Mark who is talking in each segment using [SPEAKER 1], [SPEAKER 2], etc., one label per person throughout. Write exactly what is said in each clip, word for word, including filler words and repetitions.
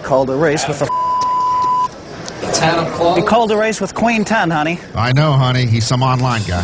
[SPEAKER 1] called a race with the
[SPEAKER 2] ten of clubs.
[SPEAKER 1] He called a race with queen ten, honey.
[SPEAKER 3] I know, honey. He's some online guy.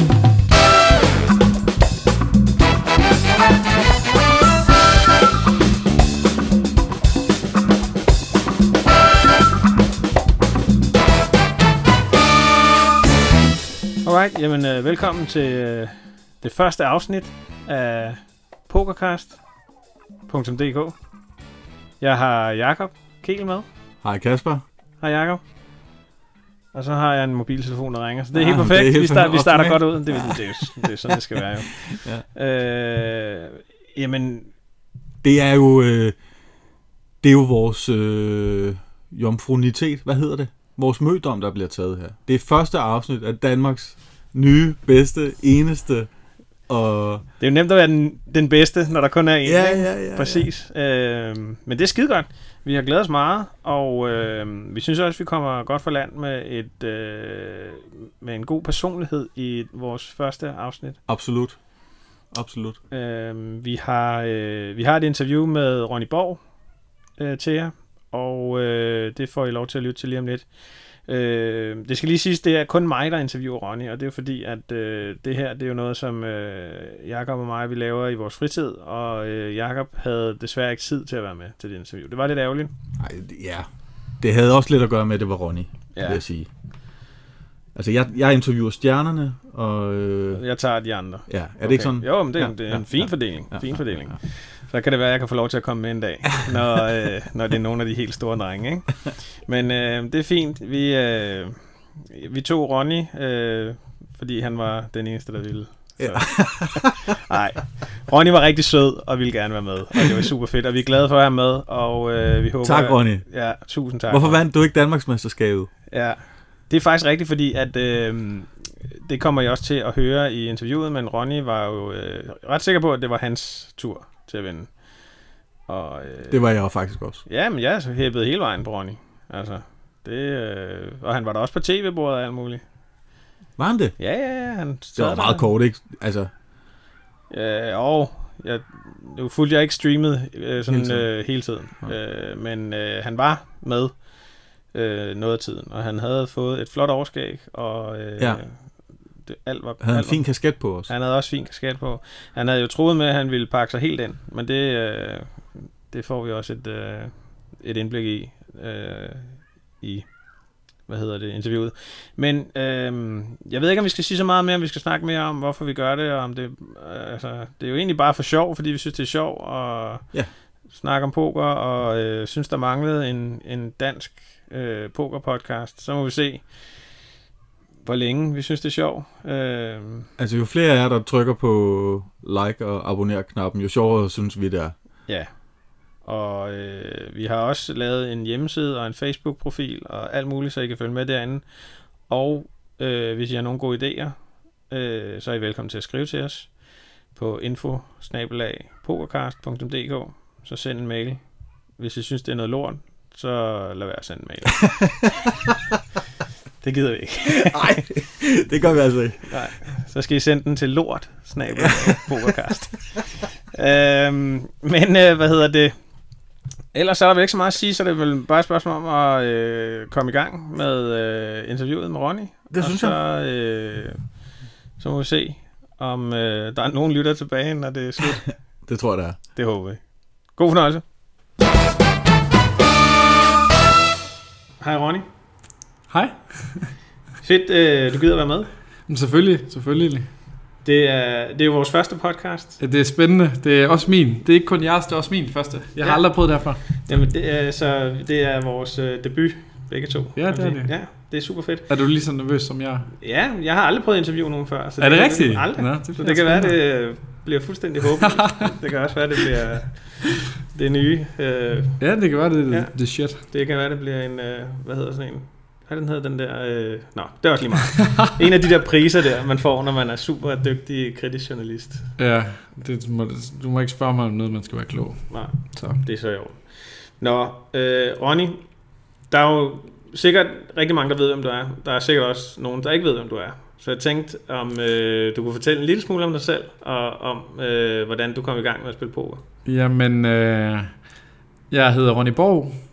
[SPEAKER 4] Alright, jamen øh, velkommen til øh, det første afsnit af Pokercast punktum d k. Jeg har Jakob Kehl med.
[SPEAKER 5] Hej Kasper.
[SPEAKER 4] Hej Jakob. Og så har jeg en mobiltelefon, der ringer. Så det er ah, helt perfekt.
[SPEAKER 5] Er helt
[SPEAKER 4] vi, start, vi starter
[SPEAKER 5] optimalt.
[SPEAKER 4] godt ud. Det, det, det, er jo, det er sådan, det skal være jo. Ja. Øh, jamen...
[SPEAKER 5] Det er jo, øh, det er jo vores øh, jomfrunitet. Hvad hedder det? Vores mødom, der bliver taget her. Det er første afsnit af Danmarks nye, bedste, eneste og...
[SPEAKER 4] Det er jo nemt at være den, den bedste, når der kun er en.
[SPEAKER 5] Ja, ja, ja.
[SPEAKER 4] Præcis. Ja. Øh, men det er skide godt. Vi har glædet os meget, og øh, vi synes også, at vi kommer godt for land med, et, øh, med en god personlighed i vores første afsnit.
[SPEAKER 5] Absolut. Absolut.
[SPEAKER 4] Øh, vi, har, øh, vi har et interview med Ronny Borg øh, til jer, og øh, det får I lov til at lytte til lige om lidt. Øh, det skal lige siges, det er kun mig, der interviewer Ronny, og det er jo fordi, at øh, det her, det er jo noget, som øh, Jakob og mig, vi laver i vores fritid, og øh, Jakob havde desværre ikke tid til at være med til det interview. Det var lidt ærgerligt.
[SPEAKER 5] Ej, ja. Det havde også lidt at gøre med, at det var Ronny,
[SPEAKER 4] ja.
[SPEAKER 5] vil jeg sige. Altså, jeg, jeg interviewer stjernerne, og... Øh...
[SPEAKER 4] Jeg tager de andre.
[SPEAKER 5] Ja, er det
[SPEAKER 4] okay.
[SPEAKER 5] ikke sådan?
[SPEAKER 4] Jo, men det,
[SPEAKER 5] ja,
[SPEAKER 4] det er
[SPEAKER 5] ja,
[SPEAKER 4] en fin
[SPEAKER 5] ja,
[SPEAKER 4] fordeling.
[SPEAKER 5] Ja,
[SPEAKER 4] fin
[SPEAKER 5] ja,
[SPEAKER 4] fordeling.
[SPEAKER 5] Ja, ja.
[SPEAKER 4] Så kan det være, at jeg kan få lov til at komme med en dag, når, øh, når det er nogle af de helt store drenge. Ikke? Men øh, det er fint. Vi, øh, vi tog Ronny, øh, fordi han var den eneste, der ville. Nej, Ronny var rigtig sød og ville gerne være med, og det var super fedt, og vi er glade for at have med, og øh, vi håber...
[SPEAKER 5] Tak, Ronny.
[SPEAKER 4] Ja, tusind tak.
[SPEAKER 5] Hvorfor vandt du ikke Danmarksmesterskabet?
[SPEAKER 4] Ja, det er faktisk rigtigt, fordi at øh, det kommer jeg også til at høre i interviewet, men Ronny var jo øh, ret sikker på, at det var hans tur til at vinde. Og, øh,
[SPEAKER 5] det var jeg faktisk også.
[SPEAKER 4] Ja, men jeg hæppede hele vejen på Ronny. Altså, det, øh, og han var der også på tv-bordet og alt muligt.
[SPEAKER 5] Var han det?
[SPEAKER 4] Ja, ja, ja. Han
[SPEAKER 5] det var meget der. Kort, ikke? Altså...
[SPEAKER 4] Øh, og jeg, det fulgte jeg ikke streamet øh, sådan hele tiden, øh, hele tiden. Ja. Øh, men øh, han var med øh, noget af tiden, og han havde fået et flot overskæg, og øh,
[SPEAKER 5] ja.
[SPEAKER 4] det, alt var...
[SPEAKER 5] Han havde
[SPEAKER 4] alt
[SPEAKER 5] en fin
[SPEAKER 4] var,
[SPEAKER 5] kasket på os.
[SPEAKER 4] Han havde også fin kasket på. Han havde jo troet med, at han ville pakke sig helt ind, men det, øh, det får vi også et, øh, et indblik i, øh, i hvad hedder det, interviewet. Men øh, jeg ved ikke, om vi skal sige så meget mere, om vi skal snakke mere om, hvorfor vi gør det, og om det, øh, altså, det er jo egentlig bare for sjov, fordi vi synes, det er sjov at
[SPEAKER 5] ja. snakke
[SPEAKER 4] om poker, og øh, synes, der manglede en, en dansk øh, poker-podcast. Så må vi se, hvor længe vi synes, det er sjov. Øh,
[SPEAKER 5] altså, jo flere af jer, der trykker på like og abonner-knappen, jo sjovere synes vi, det er.
[SPEAKER 4] Ja. Og øh, vi har også lavet en hjemmeside og en Facebook-profil og alt muligt, så I kan følge med derinde. Og øh, hvis I har nogle gode idéer, øh, så er I velkommen til at skrive til os på info bindestreg pokercast punktum d k. Så send en mail. Hvis I synes, det er noget lort, så lad være at sende en mail. Det gider vi ikke.
[SPEAKER 5] Nej, det gør vi altså ikke.
[SPEAKER 4] Nej, så skal I sende den til lort bindestreg pokercast. øhm, men øh, hvad hedder det? Ellers så er der vel ikke så meget at sige, så det er vel bare et spørgsmål om at øh, komme i gang med øh, interviewet med Ronny.
[SPEAKER 5] Det synes
[SPEAKER 4] så,
[SPEAKER 5] jeg.
[SPEAKER 4] Øh, så må vi se, om øh, der er nogen lytter tilbage, når det er slut.
[SPEAKER 5] Det tror jeg, det er.
[SPEAKER 4] Det håber vi. God fornøjelse. Hej Ronny.
[SPEAKER 6] Hej.
[SPEAKER 4] Fedt, øh, du gider være med.
[SPEAKER 6] Men selvfølgelig, selvfølgelig.
[SPEAKER 4] Det er, det er jo vores første podcast.
[SPEAKER 6] Ja, det er spændende. Det er også min. Det er ikke kun jeres, det er også min første. Jeg har ja. aldrig prøvet det herfra.
[SPEAKER 4] Jamen, det er, så det er vores øh, debut, begge to.
[SPEAKER 6] Ja, det er det.
[SPEAKER 4] Ja, det er super fedt.
[SPEAKER 6] Er du lige så nervøs som jeg?
[SPEAKER 4] Ja, jeg har aldrig prøvet at interviewe nogen før. Så
[SPEAKER 6] er det,
[SPEAKER 4] det
[SPEAKER 6] rigtigt?
[SPEAKER 4] Aldrig.
[SPEAKER 6] Nå, det
[SPEAKER 4] så det kan være, det bliver fuldstændig håbløst. Det kan også være, det bliver det nye. Øh,
[SPEAKER 6] ja, det kan være, det,
[SPEAKER 4] ja.
[SPEAKER 6] det shit.
[SPEAKER 4] Det kan være, det bliver en, øh, hvad hedder sådan en? Hvad den hedder, den der... Øh... Nå, det er også lige meget. En af de der priser der, man får, når man er super dygtig kritisk journalist.
[SPEAKER 6] Ja, det må, du må ikke spørge mig om noget, man skal være klog.
[SPEAKER 4] Nej, så. Det er så jo. Nå, øh, Ronny, der er jo sikkert rigtig mange, der ved, hvem du er. Der er sikkert også nogen, der ikke ved, hvem du er. Så jeg tænkte, om øh, du kunne fortælle en lille smule om dig selv, og om, øh, hvordan du kom i gang med at spille poker.
[SPEAKER 6] Jamen, øh, jeg hedder Ronny Borg.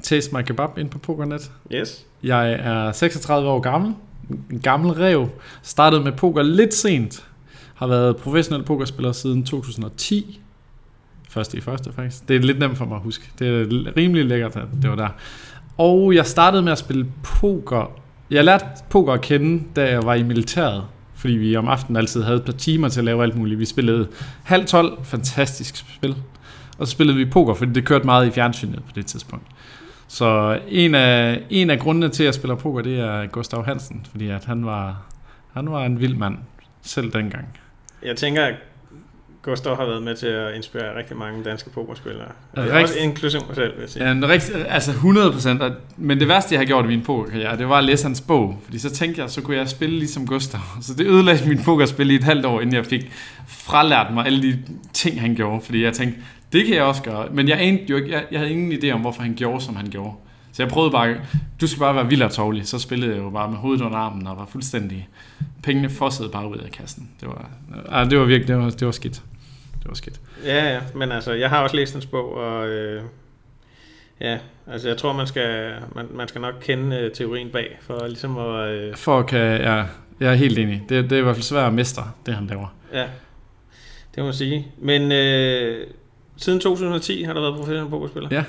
[SPEAKER 6] Taste My Kebab ind på PokerNet.
[SPEAKER 4] Yes.
[SPEAKER 6] Jeg er seksogtredive år gammel. En gammel ræv. Startede med poker lidt sent. Har været professionel pokerspiller siden to tusind og ti. Første i første faktisk. Det er lidt nemt for mig at huske. Det er rimelig lækkert, at det var der. Og jeg startede med at spille poker. Jeg lærte poker at kende, da jeg var i militæret. Fordi vi om aftenen altid havde et par timer til at lave alt muligt. Vi spillede halv tolv. Fantastisk spil. Og så spillede vi poker, fordi det kørte meget i fjernsynet på det tidspunkt. Så en af, en af grundene til, at jeg spiller poker, det er Gustav Hansen. Fordi at han, var, han var en vild mand, selv dengang.
[SPEAKER 4] Jeg tænker, at Gustav har været med til at inspirere rigtig mange danske pokerspillere. Det er
[SPEAKER 6] Rigt...
[SPEAKER 4] også inklusion mig selv, vil jeg sige.
[SPEAKER 6] Ja, rigt... altså hundrede procent. Men det værste, jeg har gjort i min pokerkarriere, det var at læse hans bog. Fordi så tænkte jeg, så kunne jeg spille ligesom Gustav. Så det ødelagde min pokerspil i et halvt år, inden jeg fik fralært mig alle de ting, han gjorde. Fordi jeg tænkte, det kan jeg også gøre. Men jeg, anede jo ikke, jeg, jeg havde ingen idé om, hvorfor han gjorde, som han gjorde. Så jeg prøvede bare, du skal bare være vild og tovlig. Så spillede jeg jo bare med hovedet under armen og var fuldstændig... Pengene fossede bare ud af kassen. Det var, ah, det var virkelig, det var, det var skidt. Det var skidt.
[SPEAKER 4] Ja, ja, men altså, jeg har også læst hans bog, og øh, ja, altså jeg tror, man skal, man, man skal nok kende øh, teorien bag, for ligesom at... Øh,
[SPEAKER 6] for kan, ja, jeg er helt enig. Det, det er i hvert fald svært at mestre, det han laver.
[SPEAKER 4] Ja, det må man sige. Men øh, siden to tusind og ti har der været professionel pokerspiller.
[SPEAKER 6] Ja.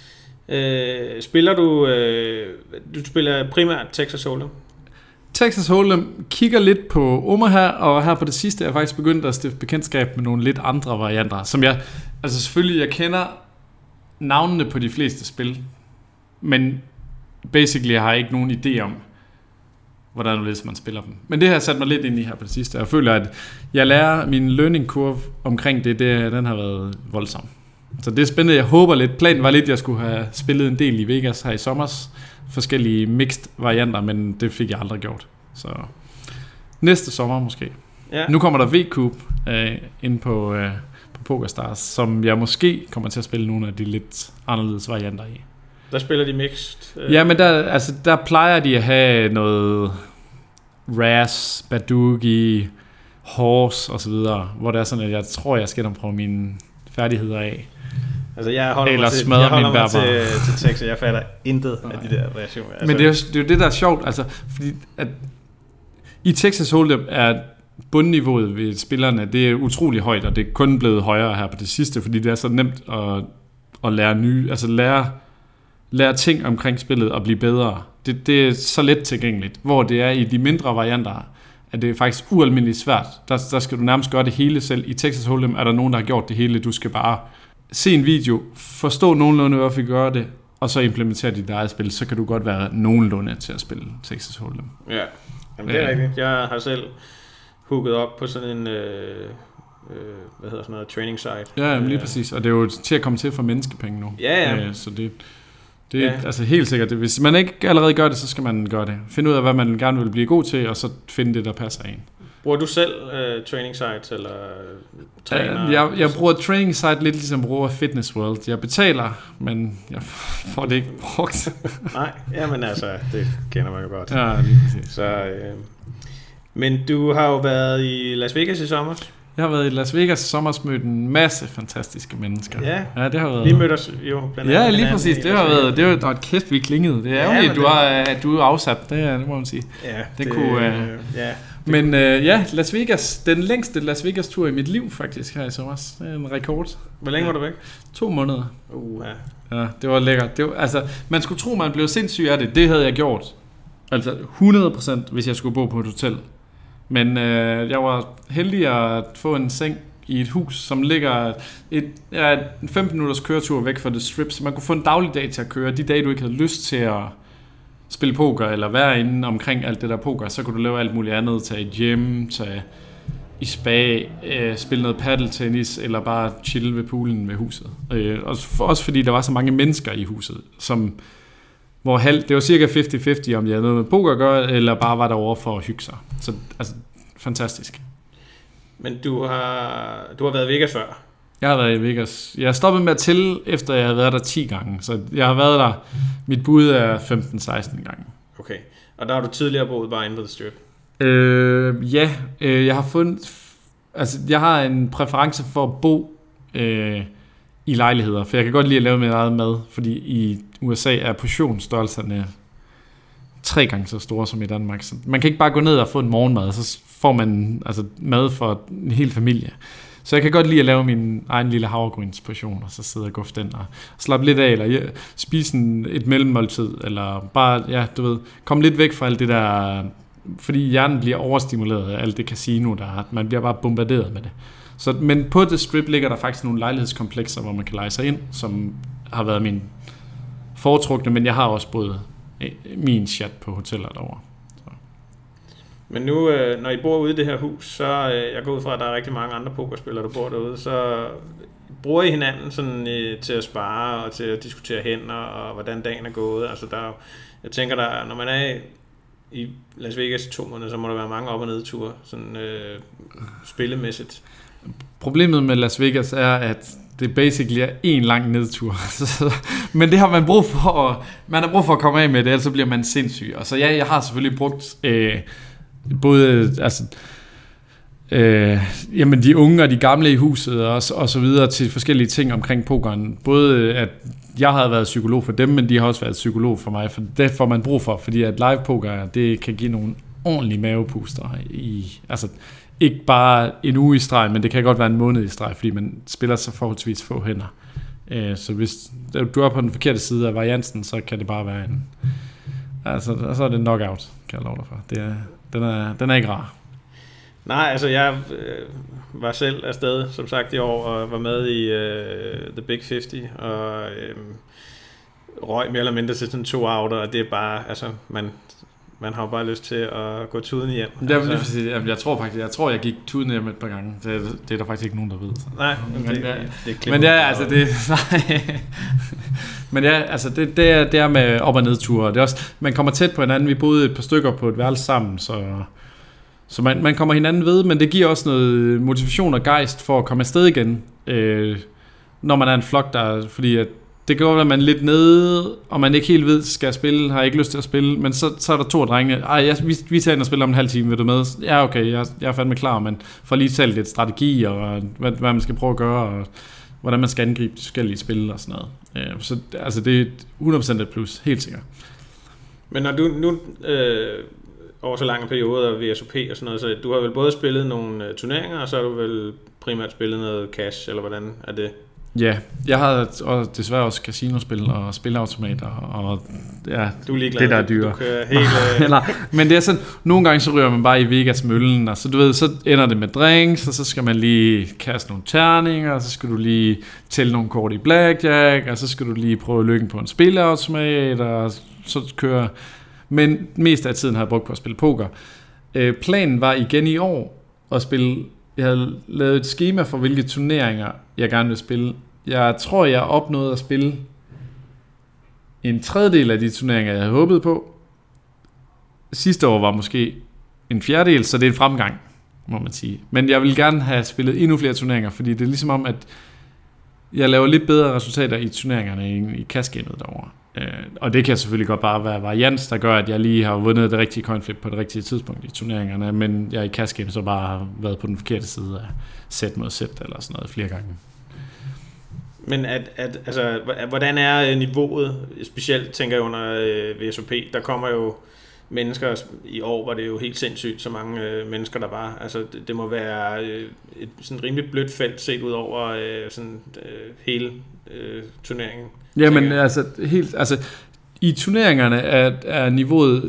[SPEAKER 4] Øh, spiller du, øh, du spiller primært Texas Hold'em?
[SPEAKER 6] Texas Hold'em kigger lidt på Omaha, og her på det sidste er jeg faktisk begyndt at stifte bekendtskab med nogle lidt andre varianter, som jeg, altså selvfølgelig, jeg kender navnene på de fleste spil, men basically jeg har ikke nogen idé om, hvordan man spiller dem. Men det har jeg sat mig lidt ind i her på det sidste. Jeg føler, at jeg lærer min learning curve omkring det, det den har været voldsom. Så det er spændende, jeg håber lidt. Planen var lidt, at jeg skulle have spillet en del i Vegas her i sommers. Forskellige mixed varianter, men det fik jeg aldrig gjort. Så næste sommer måske.
[SPEAKER 4] Ja.
[SPEAKER 6] Nu kommer der V-Cube øh, ind på, øh, på PokerStars, som jeg måske kommer til at spille nogle af de lidt anderledes varianter i.
[SPEAKER 4] Der spiller de mixed? Øh.
[SPEAKER 6] Ja, men der, altså, der plejer de at have noget Ras, Badugi, Horse og så videre, hvor det er sådan, at jeg tror, jeg skal prøve mine færdigheder af.
[SPEAKER 4] Altså jeg holder
[SPEAKER 6] Eller
[SPEAKER 4] mig til,
[SPEAKER 6] smadre
[SPEAKER 4] jeg holder
[SPEAKER 6] min
[SPEAKER 4] mig til,
[SPEAKER 6] bærbar.
[SPEAKER 4] til Texas, jeg fatter intet af de der variationer. Altså.
[SPEAKER 6] Men det er, jo, det er jo det, der er sjovt, altså, fordi at i Texas Hold'em er bundniveauet ved spillerne, det er utrolig højt, og det er kun blevet højere her på det sidste, fordi det er så nemt at, at lære nye, altså lære, lære ting omkring spillet og blive bedre. Det, det er så let tilgængeligt, hvor det er i de mindre varianter, at det er faktisk ualmindeligt svært. Der, der skal du nærmest gøre det hele selv. I Texas Hold'em er der nogen, der har gjort det hele. Du skal bare se en video, forstå nogenlunde, hvorfor vi gør det, og så implementere dit eget spil, så kan du godt være nogenlunde til at spille Texas Hold'em.
[SPEAKER 4] Ja, jamen, det er
[SPEAKER 6] Ja.
[SPEAKER 4] rigtigt. Jeg har selv hooket op på sådan en, øh, øh, hvad hedder sådan noget, training site.
[SPEAKER 6] Ja, jamen, lige
[SPEAKER 4] Øh,
[SPEAKER 6] præcis. Og det er jo til at komme til for menneskepenge nu.
[SPEAKER 4] Ja, ja.
[SPEAKER 6] Øh, så det, det er
[SPEAKER 4] Ja.
[SPEAKER 6] altså helt sikkert. Det, hvis man ikke allerede gør det, så skal man gøre det. Finde ud af, hvad man gerne vil blive god til, og så finde det, der passer en.
[SPEAKER 4] Bruger du selv øh, training sites, eller træner?
[SPEAKER 6] Jeg, jeg bruger training site lidt ligesom jeg bruger Fitness World. Jeg betaler, men jeg får det ikke brugt.
[SPEAKER 4] Nej, jamen altså, det kender man jo godt.
[SPEAKER 6] Ja, lige præcis.
[SPEAKER 4] Så, øh, men du har jo været i Las Vegas i sommer.
[SPEAKER 6] Jeg har været i Las Vegas i sommer, mødt en masse fantastiske mennesker.
[SPEAKER 4] Ja,
[SPEAKER 6] ja det har været.
[SPEAKER 4] lige mødt os jo blandt andet.
[SPEAKER 6] Ja, lige
[SPEAKER 4] hinanden
[SPEAKER 6] præcis.
[SPEAKER 4] i
[SPEAKER 6] Det
[SPEAKER 4] Las
[SPEAKER 6] har
[SPEAKER 4] Vegas.
[SPEAKER 6] været, det var et kæft, vi klingede. Det er
[SPEAKER 4] Ja,
[SPEAKER 6] ærgerligt,
[SPEAKER 4] men
[SPEAKER 6] at du,
[SPEAKER 4] det-
[SPEAKER 6] har, at du er afsat. Det, er, det må man sige.
[SPEAKER 4] Ja,
[SPEAKER 6] Det
[SPEAKER 4] det,
[SPEAKER 6] kunne, øh,
[SPEAKER 4] ja.
[SPEAKER 6] Men øh, ja, Las Vegas. Den længste Las Vegas-tur i mit liv faktisk her i sommer. Det er en rekord.
[SPEAKER 4] Hvor længe var du væk?
[SPEAKER 6] To måneder.
[SPEAKER 4] Uh, ja.
[SPEAKER 6] Ja, det var lækkert. Det var, altså, man skulle tro, man blev sindssyg af det. Det havde jeg gjort. Altså hundrede procent, hvis jeg skulle bo på et hotel. Men øh, jeg var heldig at få en seng i et hus, som ligger et, ja, en femten minutters køretur væk fra The Strip, så man kunne få en dagligdag til at køre. De dage, du ikke havde lyst til at spille poker, eller være inde omkring alt det der poker, så kunne du lave alt muligt andet. Tage i gym, tage i spa, øh, spille noget paddeltennis, eller bare chille ved poolen ved huset. Øh, også, for, også fordi der var så mange mennesker i huset, som hvor halv, det var cirka halvtreds halvtreds, om jeg havde noget med poker at gøre, eller bare var derovre for at hygge sig. Så altså, fantastisk.
[SPEAKER 4] Men du har, du har været i Vegas før?
[SPEAKER 6] Jeg har været i Vegas. Jeg har stoppet med at tælle, efter jeg har været der ti gange. Så jeg har været der, mit bud er femten seksten gange.
[SPEAKER 4] Okay. Og der har du tidligere boet bare inde på The Strip?
[SPEAKER 6] Øh, ja, øh, jeg har fundet, altså jeg har en præference for at bo øh, i lejligheder, for jeg kan godt lide at lave mit eget mad, fordi i U S A er portionsstørrelserne tre gange så store som i Danmark. Så man kan ikke bare gå ned og få en morgenmad, så får man altså mad for en hel familie. Så jeg kan godt lide at lave min egen lille havregrynsportion, og så sidde og guffe den og slappe lidt af, eller ja, spise en, et mellemmåltid, eller bare, ja, du ved, komme lidt væk fra alt det der, fordi hjernen bliver overstimuleret af alt det casino, der er. Man bliver bare bombarderet med det. Så, men på The Strip ligger der faktisk nogle lejlighedskomplekser, hvor man kan leje sig ind, som har været min foretrukne, men jeg har også både min chat på hoteller derovre. Så.
[SPEAKER 4] Men nu, øh, når I bor ude i det her hus, så øh, jeg går ud fra, at der er rigtig mange andre pokerspillere, der bor derude, så bruger I hinanden sådan, øh, til at spare og til at diskutere hænder og hvordan dagen er gået? Altså, der er, jeg tænker, der, når man er i Las Vegas i to måneder, så må der være mange op- og nedture, sådan øh, spillemæssigt.
[SPEAKER 6] Problemet med Las Vegas er, at det basically er en lang nedtur. Men det har man brug for at, man har brug for at komme af med det, ellers så bliver man sindssyg. Og så ja, jeg har selvfølgelig brugt øh, både altså, øh, jamen de unge og de gamle i huset og, og så videre til forskellige ting omkring pokeren. Både at jeg har været psykolog for dem, men de har også været psykolog for mig, for det får man brug for, fordi at live poker, det kan give nogle ordentlige mavepuster i, altså ikke bare en uge i streg, men det kan godt være en måned i streg, fordi man spiller så forholdsvis få hænder. Så hvis du er på den forkerte side af variansen, så kan det bare være en, altså så er det en knockout, kan jeg love dig for. Det er, den, er, den er ikke rar.
[SPEAKER 4] Nej, altså jeg øh, var selv afsted, som sagt, i år, og var med i øh, The Big halvtreds, og øh, røg mere eller mindre til sådan to outer, og det er bare, altså, man, man har jo bare lyst til at gå tuden hjem.
[SPEAKER 6] Det er altså. Sige, jeg, jeg tror faktisk, jeg tror, jeg gik tuden hjem et par gange. Det, det er der faktisk ikke nogen, der ved. Så.
[SPEAKER 4] Nej, men det,
[SPEAKER 6] det,
[SPEAKER 4] det, det er
[SPEAKER 6] men det er altså det, nej. Men ja, altså det, det, er, det er med op- og nedture. Det er også, man kommer tæt på hinanden. Vi boede et par stykker på et værelse sammen, så Så man, man kommer hinanden ved, men det giver også noget motivation og gejst for at komme afsted igen, øh, når man er en flok, der, fordi at det går, at man er lidt nede, og man ikke helt ved, skal jeg spille, har jeg ikke lyst til at spille, men så, så er der to drenge, ej, jeg, vi, vi tager ind og spiller om en halv time, vil du med? Ja, okay, jeg, jeg er fandme klar, men får lige talt lidt strategi, og hvad, hvad man skal prøve at gøre, og hvordan man skal angribe de forskellige spil og sådan noget. Øh, så altså, det er hundrede procent et plus, helt sikkert.
[SPEAKER 4] Men når du nu øh, over så lange perioder af V S O P og sådan noget, så du har vel både spillet nogle uh, turneringer, og så har du vel primært spillet noget cash, eller hvordan er det?
[SPEAKER 6] Ja, jeg har og desværre også casinospil og spilautomater, og ja,
[SPEAKER 4] du er ligeglad,
[SPEAKER 6] det der er dyre.
[SPEAKER 4] Du kører helt,
[SPEAKER 6] Nej, men det er sådan, nogle gange så ryger man bare i Vegas-møllen, og så du ved, så ender det med drinks, og så skal man lige kaste nogle terninger, og så skal du lige tælle nogle kort i blackjack, og så skal du lige prøve lykken på en spilautomat, og så kører. Men mest af tiden har jeg brugt på at spille poker. Øh, planen var igen i år at spille. Jeg havde lavet et schema for, hvilke turneringer jeg gerne vil spille. Jeg tror, jeg opnåede at spille en tredjedel af de turneringer, jeg havde håbet på. Sidste år var måske en fjerdedel, så det er en fremgang, må man sige. Men jeg vil gerne have spillet endnu flere turneringer, fordi det er ligesom om, at jeg laver lidt bedre resultater i turneringerne end i cash-gamet derovre. Uh, og det kan selvfølgelig godt bare være varians, der gør, at jeg lige har vundet det rigtige coinflip på det rigtige tidspunkt i turneringerne, men jeg i cash game så bare har været på den forkerte side af set mod set eller sådan noget flere gange.
[SPEAKER 4] Men at, at, altså, hvordan er niveauet, specielt tænker jeg under øh, V S O P, der kommer jo mennesker, i år var det jo helt sindssygt, så mange øh, mennesker der var, altså det, det må være øh, et sådan rimelig blødt felt set ud over øh, sådan øh, hele øh, turneringen.
[SPEAKER 6] Jamen altså, helt, altså i turneringerne er, er niveauet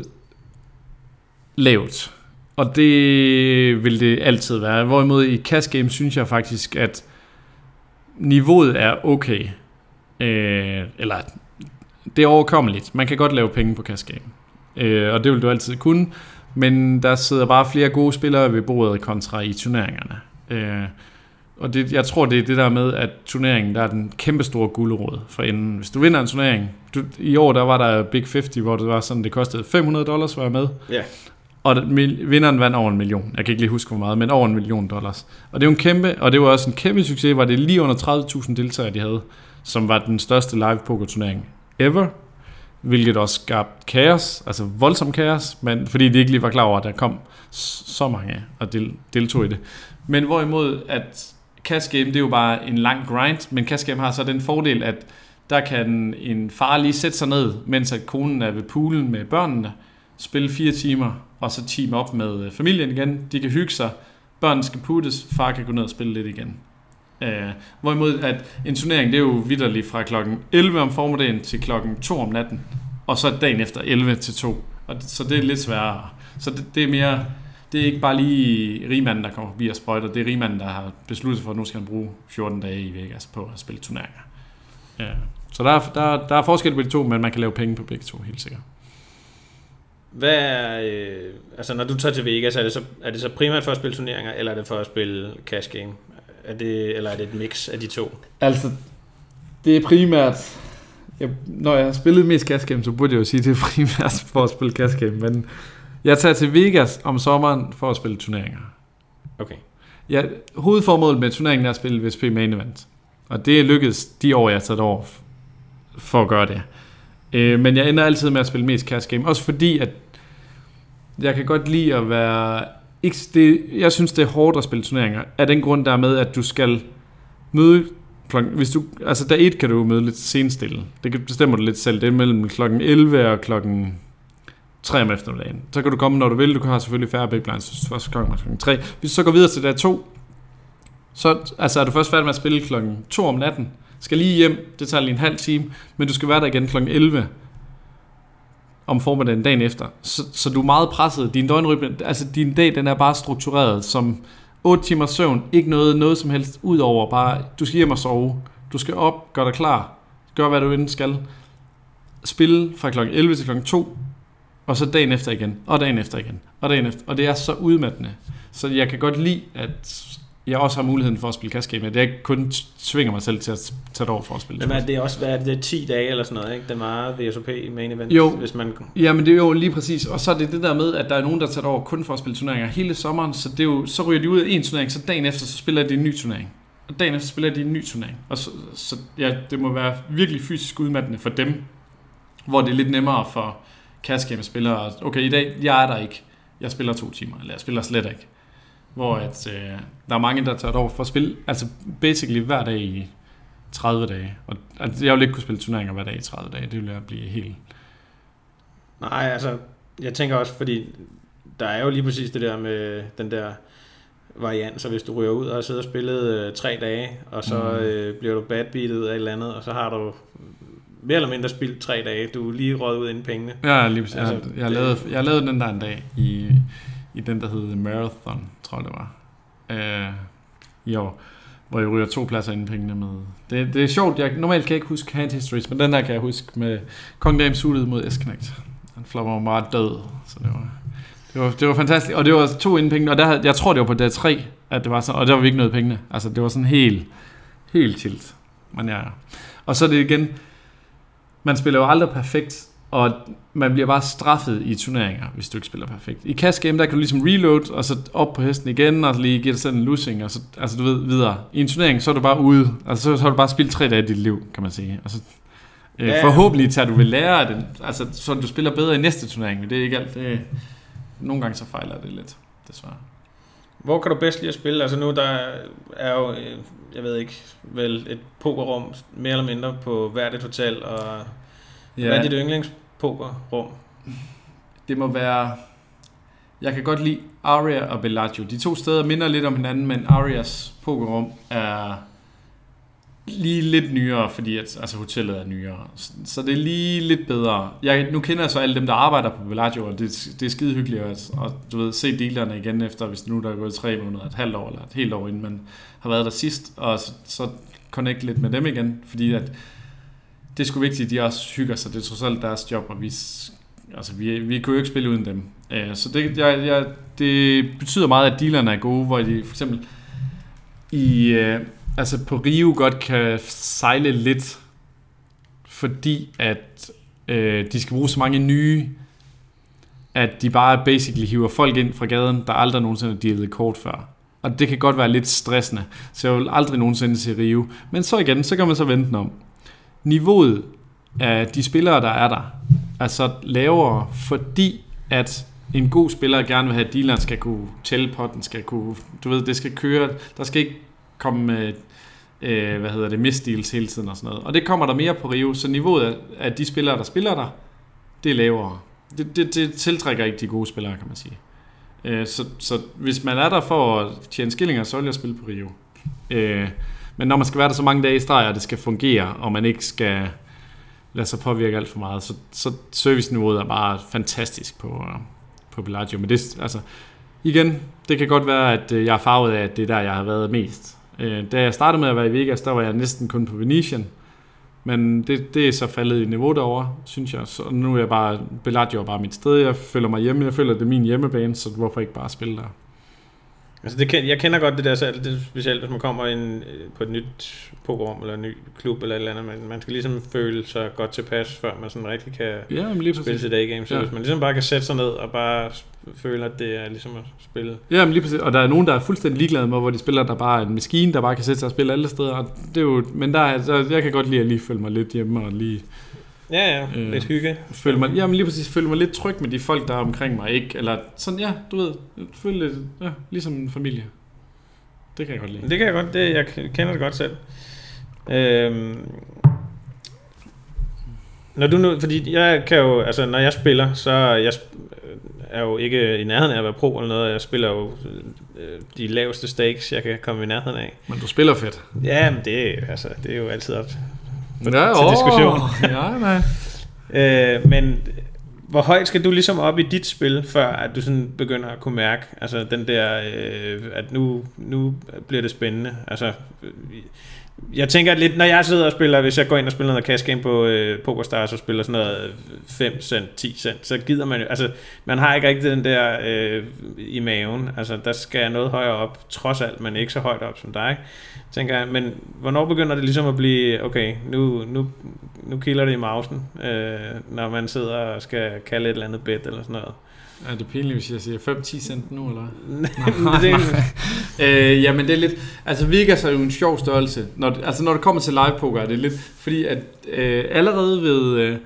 [SPEAKER 6] lavt, og det vil det altid være. Hvorimod i cash game synes jeg faktisk, at niveauet er okay. Øh, eller det er overkommeligt. Man kan godt lave penge på cash game. Øh, og det vil du altid kunne. Men der sidder bare flere gode spillere ved bordet kontra i turneringerne. Øh, og det, jeg tror, det er det der med, at turneringen, der er den kæmpe store gulerod for enden. Hvis du vinder en turnering, du, i år der var der Big halvtreds, hvor det var sådan, det kostede fem hundrede dollars at være med.
[SPEAKER 4] Ja.
[SPEAKER 6] Og vinderen vandt over en million. Jeg kan ikke lige huske, hvor meget, men over en million dollars. Og det er jo en kæmpe, og det var også en kæmpe succes, var det lige under tredive tusind deltagere, de havde, som var den største live poker turnering ever, hvilket også skabte kaos, altså voldsom kaos, men fordi de ikke lige var klar over, at der kom så mange og del, deltog i det. Men hvorimod, at cash game, det er jo bare en lang grind, men cash game har så den fordel, at der kan en far lige sætte sig ned, mens at konen er ved poolen med børnene, spille fire timer, og så team op med familien igen. De kan hygge sig, børnene skal puttes, far kan gå ned og spille lidt igen. Uh, hvorimod at en turnering, det er jo vitterligt fra klokken elleve om formiddagen til klokken to om natten, og så dagen efter elleve til to. Og det, så det er lidt sværere. Så det, det er mere, det er ikke bare lige rigmanden, der kommer forbi og sprøjter, det er rigmanden, der har besluttet for, at nu skal han bruge fjorten dage i Vegas på at spille turneringer. Uh, så der er, der, der er forskel på de to, men man kan lave penge på begge to, helt sikkert.
[SPEAKER 4] Hvad er, øh, altså når du tager til Vegas, er det, så, er det så primært for at spille turneringer, eller er det for at spille cash game? Er det, eller er det et mix af de to?
[SPEAKER 6] Altså, det er primært... Jeg, når jeg har spillet mest cash game, så burde jeg jo sige, at det er primært for at spille cash game, men jeg tager til Vegas om sommeren for at spille turneringer.
[SPEAKER 4] Okay.
[SPEAKER 6] Ja, hovedformålet med turneringen er at spille V S P Main Event, og det er lykkedes de år, jeg har taget over for at gøre det. Øh, men jeg ender altid med at spille mest cash game, også fordi, at jeg kan godt lide at være... Ikke, det, jeg synes, det er hårdt at spille turneringer, af den grund, der er med, at du skal møde... Hvis du, altså dag et kan du møde lidt senstille. Det bestemmer du lidt selv. Det er mellem klokken elleve og klokken tre om eftermiddagen. Så kan du komme, når du vil. Du kan have selvfølgelig færre big blinds, så først klokken tre. Hvis du så går videre til dag to, så altså, er du først færdig med at spille klokken to om natten. Skal lige hjem, det tager lige en halv time, men du skal være der igen klokken elleve om formiddagen dagen efter. Så, så du er meget presset. Din døgnrytme, altså din dag, den er bare struktureret som otte timers søvn, ikke noget, noget som helst ud over bare, du skal hjem og sove, du skal op, gør dig klar, gør hvad du inden skal, spille fra klokken elleve til klokken to, og så dagen efter igen, og dagen efter igen, og dagen efter, og det er så udmattende. Så jeg kan godt lide, at jeg også har muligheden for at spille cash game, at jeg ikke kun tvinger mig selv til at tage det over for at spille.
[SPEAKER 4] Men er det også, hvad er det, det er ti dage eller sådan noget, ikke? Det var V S O P main event,
[SPEAKER 6] jo.
[SPEAKER 4] Hvis man...
[SPEAKER 6] Ja, men det er jo lige præcis, og så er det det der med, at der er nogen, der tager det over kun for at spille turneringer hele sommeren, så, det er jo, så ryger de ud af en turnering, så dagen efter, så spiller de en ny turnering. Og dagen efter spiller de en ny turnering. Og så, så ja, det må være virkelig fysisk udmattende for dem, hvor det er lidt nemmere for cash game spillere. Okay, i dag, jeg er der ikke. Jeg spiller to timer, eller jeg spiller slet ikke. Hvor at, øh, der er mange, der tager det over for at spille, altså basically hver dag i tredive dage. Og altså, jeg vil ikke kunne spille turneringer hver dag i tredive dage, det vil jeg blive helt...
[SPEAKER 4] Nej, altså, jeg tænker også, fordi der er jo lige præcis det der med den der variant, så hvis du ryger ud og har siddet og spillet øh, tre dage, og så mm. øh, bliver du badbeatet ud af et eller andet, og så har du mere eller mindre spildt tre dage, du er lige røget ud inden pengene.
[SPEAKER 6] Ja, lige præcis.
[SPEAKER 4] Altså,
[SPEAKER 6] jeg, jeg, lavede, jeg lavede den der en dag i... i den, der hed Marathon, tror jeg det var, øh, i år, hvor jeg ryger to pladser inden pengene med. Det, det er sjovt, jeg normalt kan jeg ikke huske Hand Histories, men den der kan jeg huske med Kong Dame suited mod S-Connect. Han flopper mig meget død, så det var, det var, det var fantastisk, og det var to inden pengene, og der, jeg tror det var på dag tre, at det var sådan, og der var vi ikke noget pengene, altså det var sådan helt, helt tilt. Men ja, og så er det igen, man spiller jo aldrig perfekt, og man bliver bare straffet i turneringer, hvis du ikke spiller perfekt. I cash game, der kan du ligesom reload, og så op på hesten igen, og lige give dig selv en losing, og så, altså du ved, videre. I en turnering, så er du bare ude, altså så, så har du bare spillet tre dage af dit liv, kan man sige. Altså, øh, ja. Forhåbentlig tager du vil lære af det, altså så du spiller bedre i næste turnering, men det er ikke alt. Det, nogle gange så fejler det lidt, desværre.
[SPEAKER 4] Hvor kan du bedst lide at spille? Altså nu, der er jo, jeg ved ikke, vel et pokerrum, mere eller mindre på hvert et hotel, og ja. Hvad er dit yndlingspokerrum?
[SPEAKER 6] Det må være... Jeg kan godt lide Aria og Bellagio. De to steder minder lidt om hinanden, men Arias pokerrum er lige lidt nyere, fordi at, altså hotellet er nyere. Så det er lige lidt bedre. Jeg, nu kender jeg så alle dem, der arbejder på Bellagio, og det, det er skide hyggeligt at og, du ved, se dealerne igen efter, hvis nu der er gået tre måneder, et halvt år eller et helt år, inden man har været der sidst, og så, så connect lidt med dem igen, fordi at det er sgu vigtigt, at de også hygger sig. Det er trods alt deres job, og vi, altså, vi, vi kunne jo ikke spille uden dem. Så det, jeg, jeg, det betyder meget, at dealerne er gode, hvor de for eksempel i, altså på Rio godt kan sejle lidt, fordi at øh, de skal bruge så mange nye, at de bare basically hiver folk ind fra gaden, der aldrig nogensinde har dealet kort før. Og det kan godt være lidt stressende, så jeg vil aldrig nogensinde se Rio. Men så igen, så kan man så vente den om. Niveauet af de spillere, der er der, er så lavere, fordi at en god spiller gerne vil have, at dealeren skal kunne tælle potten, skal kunne, du ved, det skal køre, der skal ikke komme med øh, hvad hedder det, misdeals hele tiden og sådan noget. Og det kommer der mere på Rio, så niveauet af, af de spillere, der spiller der, det er lavere. Det, det, det tiltrækker ikke de gode spillere, kan man sige. Øh, så, så hvis man er der for at tjene skillinger, så vil jeg spille på Rio. Øh, men når man skal være der så mange dage i streg, og det skal fungere, og man ikke skal lade sig påvirke alt for meget, så, så serviceniveauet er bare fantastisk på, på Bellagio. Men det, altså, igen, det kan godt være, at jeg er farvet af, at det er der, jeg har været mest. Øh, da jeg startede med at være i Vegas, der var jeg næsten kun på Venetian. Men det, det er så faldet i niveau derovre, synes jeg. Så nu er jeg bare, Bellagio er bare mit sted. Jeg føler mig hjemme. Jeg føler, at det er min hjemmebane, så hvorfor ikke bare spille der?
[SPEAKER 4] Altså det kan, jeg kender godt det der selv, det er specielt hvis man kommer ind på et nyt pokerrum eller en ny klub eller et eller andet, men man skal ligesom føle sig godt tilpas, før man sådan rigtig kan
[SPEAKER 6] ja, lige
[SPEAKER 4] spille sit A-game. Så ja. Hvis man ligesom bare kan sætte sig ned og bare føle, at det er ligesom at spille.
[SPEAKER 6] Ja, men lige præcis. Og der er nogen, der er fuldstændig ligeglade med, hvor de spiller, der bare er en maskine, der bare kan sætte sig og spille alle steder. Og det er jo, men der er, der, jeg kan godt lide at lige føle mig lidt hjemme og lige...
[SPEAKER 4] Ja, ja, øh, lidt hygge.
[SPEAKER 6] Føle mig, jamen lige præcis, føle mig lidt tryg med de folk, der er omkring mig, ikke? Eller sådan, ja, du ved, føle lidt, ja, ligesom en familie. Det kan jeg godt lide.
[SPEAKER 4] Det kan jeg godt, det, jeg kender det godt selv. Øhm, når du nu, fordi jeg kan jo, altså når jeg spiller, så jeg er jo ikke i nærheden af at være pro eller noget. Jeg spiller jo de laveste stakes, jeg kan komme i nærheden af.
[SPEAKER 6] Men du spiller fedt.
[SPEAKER 4] Ja, men det, altså, det er jo altid op
[SPEAKER 6] ja,
[SPEAKER 4] til
[SPEAKER 6] åh,
[SPEAKER 4] diskussion.
[SPEAKER 6] Ja, nej.
[SPEAKER 4] øh, men hvor højt skal du ligesom op i dit spil, før at du sådan begynder at kunne mærke, altså den der, øh, at nu, nu bliver det spændende. Altså, jeg tænker at lidt, når jeg sidder og spiller, hvis jeg går ind og spiller noget cash game på øh, PokerStars og spiller sådan noget fem cent, ti cent, så gider man jo, altså man har ikke rigtig den der øh, i maven, altså der skal noget højere op, trods alt, men ikke så højt op som dig, tænker jeg. Men hvornår begynder det ligesom at blive, okay, nu, nu, nu kilder det i mausen, øh, når man sidder og skal kalde et eller andet bet eller sådan noget?
[SPEAKER 6] Er det pinligt, hvis jeg siger fem til ti cent nu, eller?
[SPEAKER 4] det
[SPEAKER 6] øh, jamen det er lidt, altså Vegas er jo en sjov størrelse. Når, altså når det kommer til live poker, er det lidt, fordi at øh, allerede ved, øh,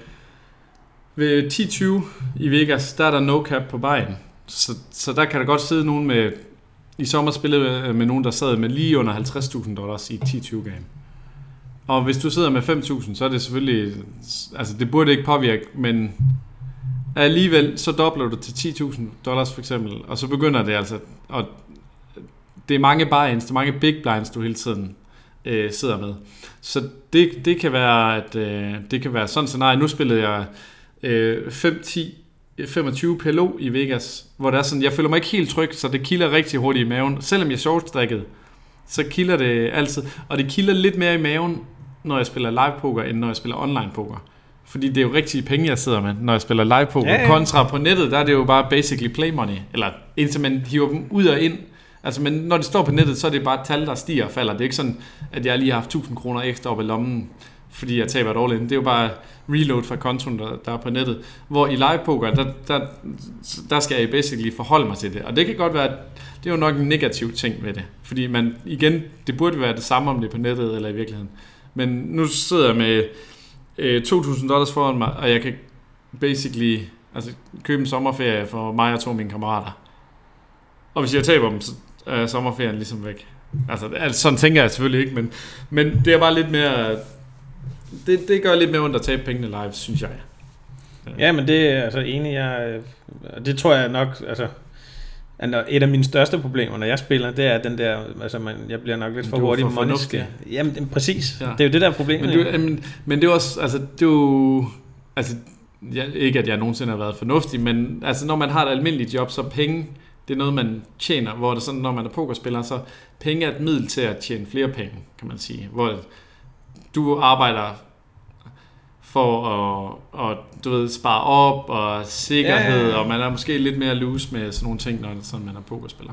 [SPEAKER 6] ved ti tyve i Vegas, der er der no cap på vejen. Så, så der kan der godt sidde nogen med, i sommer spillede med nogen, der sad med lige under halvtreds tusind dollars i et ti tyve game. Og hvis du sidder med fem tusind, så er det selvfølgelig, altså det burde ikke påvirke, men alligevel så dobler du til ti tusind dollars for eksempel, og så begynder det altså, og det er mange buy-ins, det er mange big blinds, du hele tiden øh, sidder med. Så det, det kan være, at øh, det kan være sådan scenarie. Nu spillede jeg øh, fem ti femogtyve P L O i Vegas, hvor det er sådan, jeg føler mig ikke helt tryg, så det kilder rigtig hurtigt i maven. Selvom jeg short-strikkede, så kilder det altid, og det kilder lidt mere i maven, når jeg spiller live poker, end når jeg spiller online poker. Fordi det er jo rigtige penge, jeg sidder med, når jeg spiller live poker. Ja, ja. Kontra på nettet, der er det jo bare basically play money. Eller indtil man hiver dem ud og ind. Altså, men når det står på nettet, så er det bare et tal, der stiger og falder. Det er ikke sådan, at jeg lige har haft tusind kroner ekstra op i lommen, fordi jeg taber et all in. Det er jo bare reload fra kontoen, der, der er på nettet. Hvor i live poker, der, der, der skal jeg basically forholde mig til det. Og det kan godt være, at det er jo nok en negativ ting ved det. Fordi man, igen, det burde være det samme, om det er på nettet eller i virkeligheden. Men nu sidder jeg med to tusind dollars foran mig, og jeg kan basically altså, købe en sommerferie for mig og to af mine kammerater. Og hvis jeg taber dem, så er sommerferien ligesom væk. Altså, altså sådan tænker jeg selvfølgelig ikke, men, men det er bare lidt mere, det, det gør lidt mere ondt at tabe pengene live, synes jeg.
[SPEAKER 4] Ja, men det er altså enig, jeg, det tror jeg nok, altså et af mine største problemer, når jeg spiller, det er den der, altså man, jeg bliver nok lidt for hurtig money. Jamen, præcis. Ja. Det er jo det der problem.
[SPEAKER 6] Men, du, men, men det er også, altså, det er jo, altså, jeg, ikke at jeg nogensinde har været fornuftig, men altså, når man har et almindeligt job, så penge, det er noget, man tjener, hvor det sådan, når man er pokerspiller, så penge er et middel til at tjene flere penge, kan man sige. Hvor du arbejder for at, at du ved, spare op og sikkerhed, ja, ja, ja. Og man er måske lidt mere loose med sådan nogle ting, når det sådan, man er pokerspiller.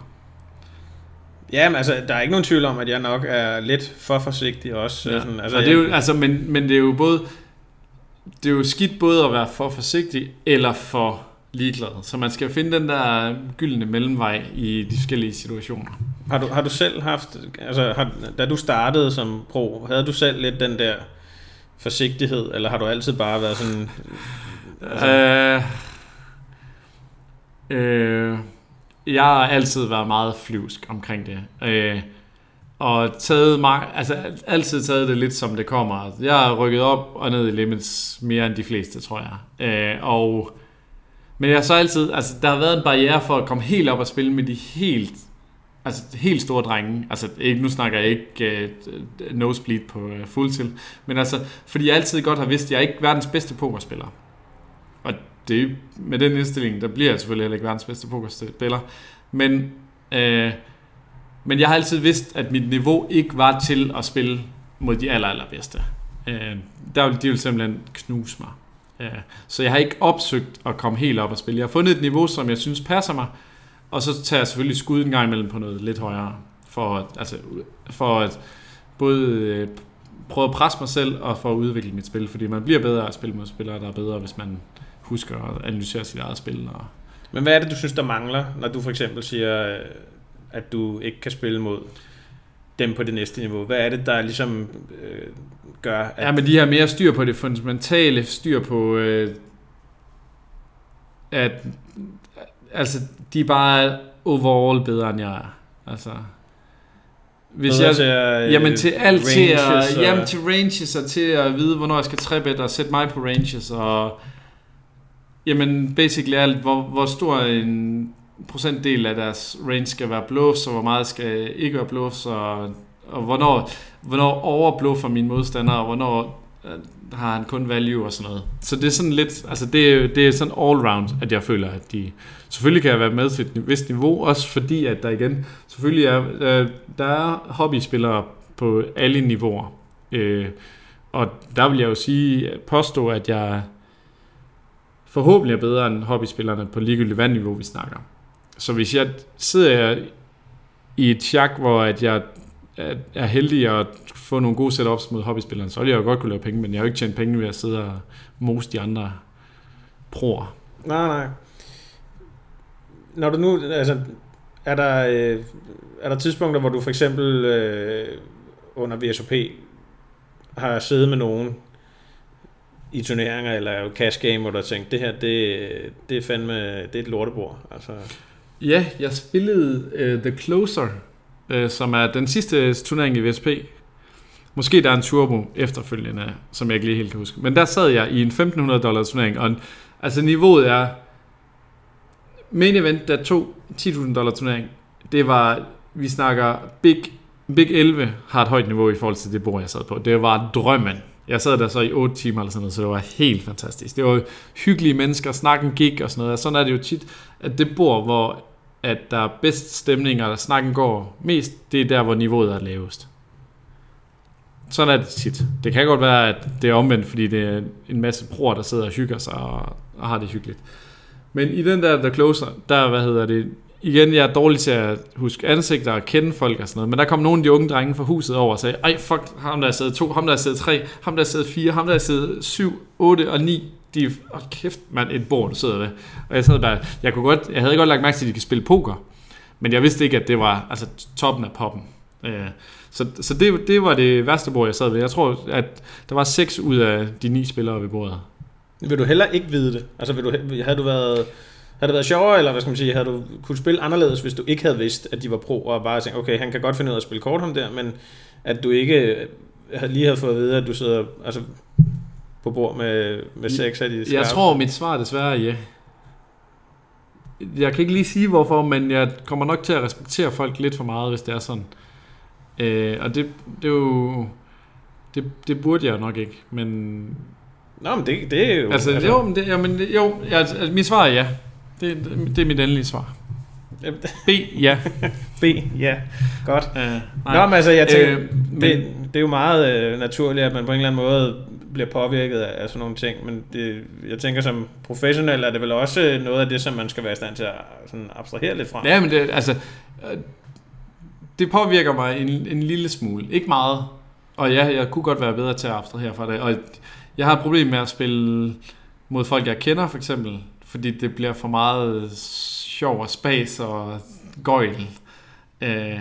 [SPEAKER 4] Ja, men altså, der er ikke nogen tvivl om, at jeg nok er lidt for forsigtig også. Ja. Sådan, altså,
[SPEAKER 6] det er jo, altså, men, men det er jo både, det er jo skidt både at være for forsigtig eller for ligeglad. Så man skal finde den der gyldne mellemvej i de forskellige situationer.
[SPEAKER 4] Har du, har du selv haft, altså, har, da du startede som pro, havde du selv lidt den der forsigtighed, eller har du altid bare været sådan? Altså...
[SPEAKER 6] Øh, øh, jeg har altid været meget flyvsk omkring det. Øh, og taget mig, altså altid taget det lidt som det kommer. Jeg har rykket op og ned i limits mere end de fleste, tror jeg. Øh, og, men jeg har så altid, altså der har været en barriere for at komme helt op og spille med de helt, altså helt store drenge. Altså ikke, nu snakker jeg ikke uh, nosebleed på uh, fuldtid, men altså, fordi jeg altid godt har vidst, at jeg er ikke verdens bedste pokerspiller. Og det, med den indstilling, der bliver jeg selvfølgelig heller ikke verdens bedste pokerspiller. Men øh, Men jeg har altid vidst, at mit niveau ikke var til at spille mod de aller, allerbedste. Øh, der ville de jo simpelthen knuse mig. Øh, så jeg har ikke opsøgt at komme helt op og spille. Jeg har fundet et niveau, som jeg synes passer mig, og så tager jeg selvfølgelig skud en gang imellem på noget lidt højere, for at, altså, for at både øh, prøve at presse mig selv, og for at udvikle mit spil, fordi man bliver bedre at spille mod spillere, der er bedre, hvis man husker at analysere sit eget spil. Og
[SPEAKER 4] Men hvad er det, du synes, der mangler, når du for eksempel siger, at du ikke kan spille mod dem på det næste niveau? Hvad er det, der ligesom øh, gør, at...
[SPEAKER 6] Ja, men de har mere styr på det fundamentale, styr på, øh, at altså, de er bare overall bedre, end jeg er. Altså, hvis jeg,
[SPEAKER 4] til at,
[SPEAKER 6] jamen til alt, til at,
[SPEAKER 4] og...
[SPEAKER 6] jamen til ranges, og til at vide, hvornår jeg skal trebette, og sætte mig på ranges, og jamen basically alt, hvor, hvor stor en procentdel af deres range skal være bluffs, og hvor meget skal ikke være bluffs, og, og hvornår, hvornår overbluffer mine modstandere, og hvornår øh, har han kun value og sådan noget. Så det er sådan lidt, altså det er, det er sådan all round, at jeg føler, at de, selvfølgelig kan jeg være med til et vist niveau, også fordi, at der igen, selvfølgelig er, øh, der er hobbyspillere på alle niveauer, øh, og der vil jeg jo sige, påstå, at jeg forhåbentlig er bedre end hobbyspillerne på ligegyldigt vandniveau, vi snakker. Så hvis jeg sidder i et chak, hvor at jeg er heldig at få nogle gode setups mod hobbyspillerne, så vil jeg jo godt kunne lave penge, men jeg har jo ikke tjent penge ved at sidde og mose de andre proer.
[SPEAKER 4] Nej, nej. Når du nu, altså, er der, øh, er der tidspunkter, hvor du for eksempel øh, under V S O P har siddet med nogen i turneringer eller cash game, hvor du har tænkt, det her, det, det er fandme, det er et lortebord. Altså.
[SPEAKER 6] Ja, jeg spillede uh, The Closer, uh, som er den sidste turnering i V S P. Måske der er en turbo efterfølgende, som jeg ikke lige helt kan huske. Men der sad jeg i en femten hundrede dollars turnering, og en, altså niveauet er main event, der tog ti tusind dollars turnering. Det var, vi snakker Big, Big elleve har et højt niveau i forhold til det bord, jeg sad på. Det var drømmen. Jeg sad der så i otte timer eller sådan noget, så det var helt fantastisk. Det var hyggelige mennesker, snakken gik og sådan noget. Og sådan er det jo tit, at det bord, hvor at der er bedst stemning, og snakken går mest, det er der, hvor niveauet er lavest. Sådan er det tit. Det kan godt være, at det er omvendt, fordi det er en masse proer, der sidder og hygger sig og, og har det hyggeligt. Men i den der, der closer, der, hvad hedder det, igen, jeg er dårlig til at huske ansigter og kende folk og sådan noget, men der kom nogle af de unge drenge fra huset over og sagde, ej fuck, ham der er sædet to, ham der er sædet tre, ham der er sædet fire, ham der er sædet syv, otte og ni, de, åh kæft mand, et bord du sidder ved. Og jeg sad bare, jeg kunne godt, jeg havde godt lagt mærke til, at de kan spille poker, men jeg vidste ikke, at det var altså toppen af poppen. Så, så det, det var det værste bord, jeg sad ved. Jeg tror, at der var seks ud af de ni spillere ved bordet.
[SPEAKER 4] Vil du heller ikke vide det? Altså, vil du, havde du været... Havde det været sjovere, eller hvad skal man sige, havde du kunne spille anderledes, hvis du ikke havde vidst, at de var pro, og bare tænkte, okay, han kan godt finde ud af at spille kort ham der, men at du ikke lige havde fået at vide, at du sidder altså, på bord med, med seks af de skarpe?
[SPEAKER 6] Jeg tror, mit svar desværre er ja. Jeg kan ikke lige sige hvorfor, men jeg kommer nok til at respektere folk lidt for meget, hvis det er sådan. Øh, og det, det er jo... Det, det burde jeg nok ikke, men...
[SPEAKER 4] Nå, men det, det er jo...
[SPEAKER 6] Altså, altså jo, men det, jamen, det, jo altså, mit svar er ja. Det, det, det er mit endelige svar. B, ja.
[SPEAKER 4] B, ja. Godt.
[SPEAKER 6] Uh,
[SPEAKER 4] Nå, men altså, jeg tænker,
[SPEAKER 6] øh, men,
[SPEAKER 4] det, det er jo meget øh, naturligt, at man på en eller anden måde bliver påvirket af, af sådan nogle ting, men det, jeg tænker, som professionel er det vel også noget af det, som man skal være i stand til at sådan abstrahere lidt fra.
[SPEAKER 6] Ja, men det, altså, det påvirker mig en, en lille smule. Ikke meget. Og ja, jeg kunne godt være bedre til at abstrahere fra det. Og jeg har et problem med at spille mod folk, jeg kender, for eksempel. Fordi det bliver for meget sjov og spas og gøjl. Øh,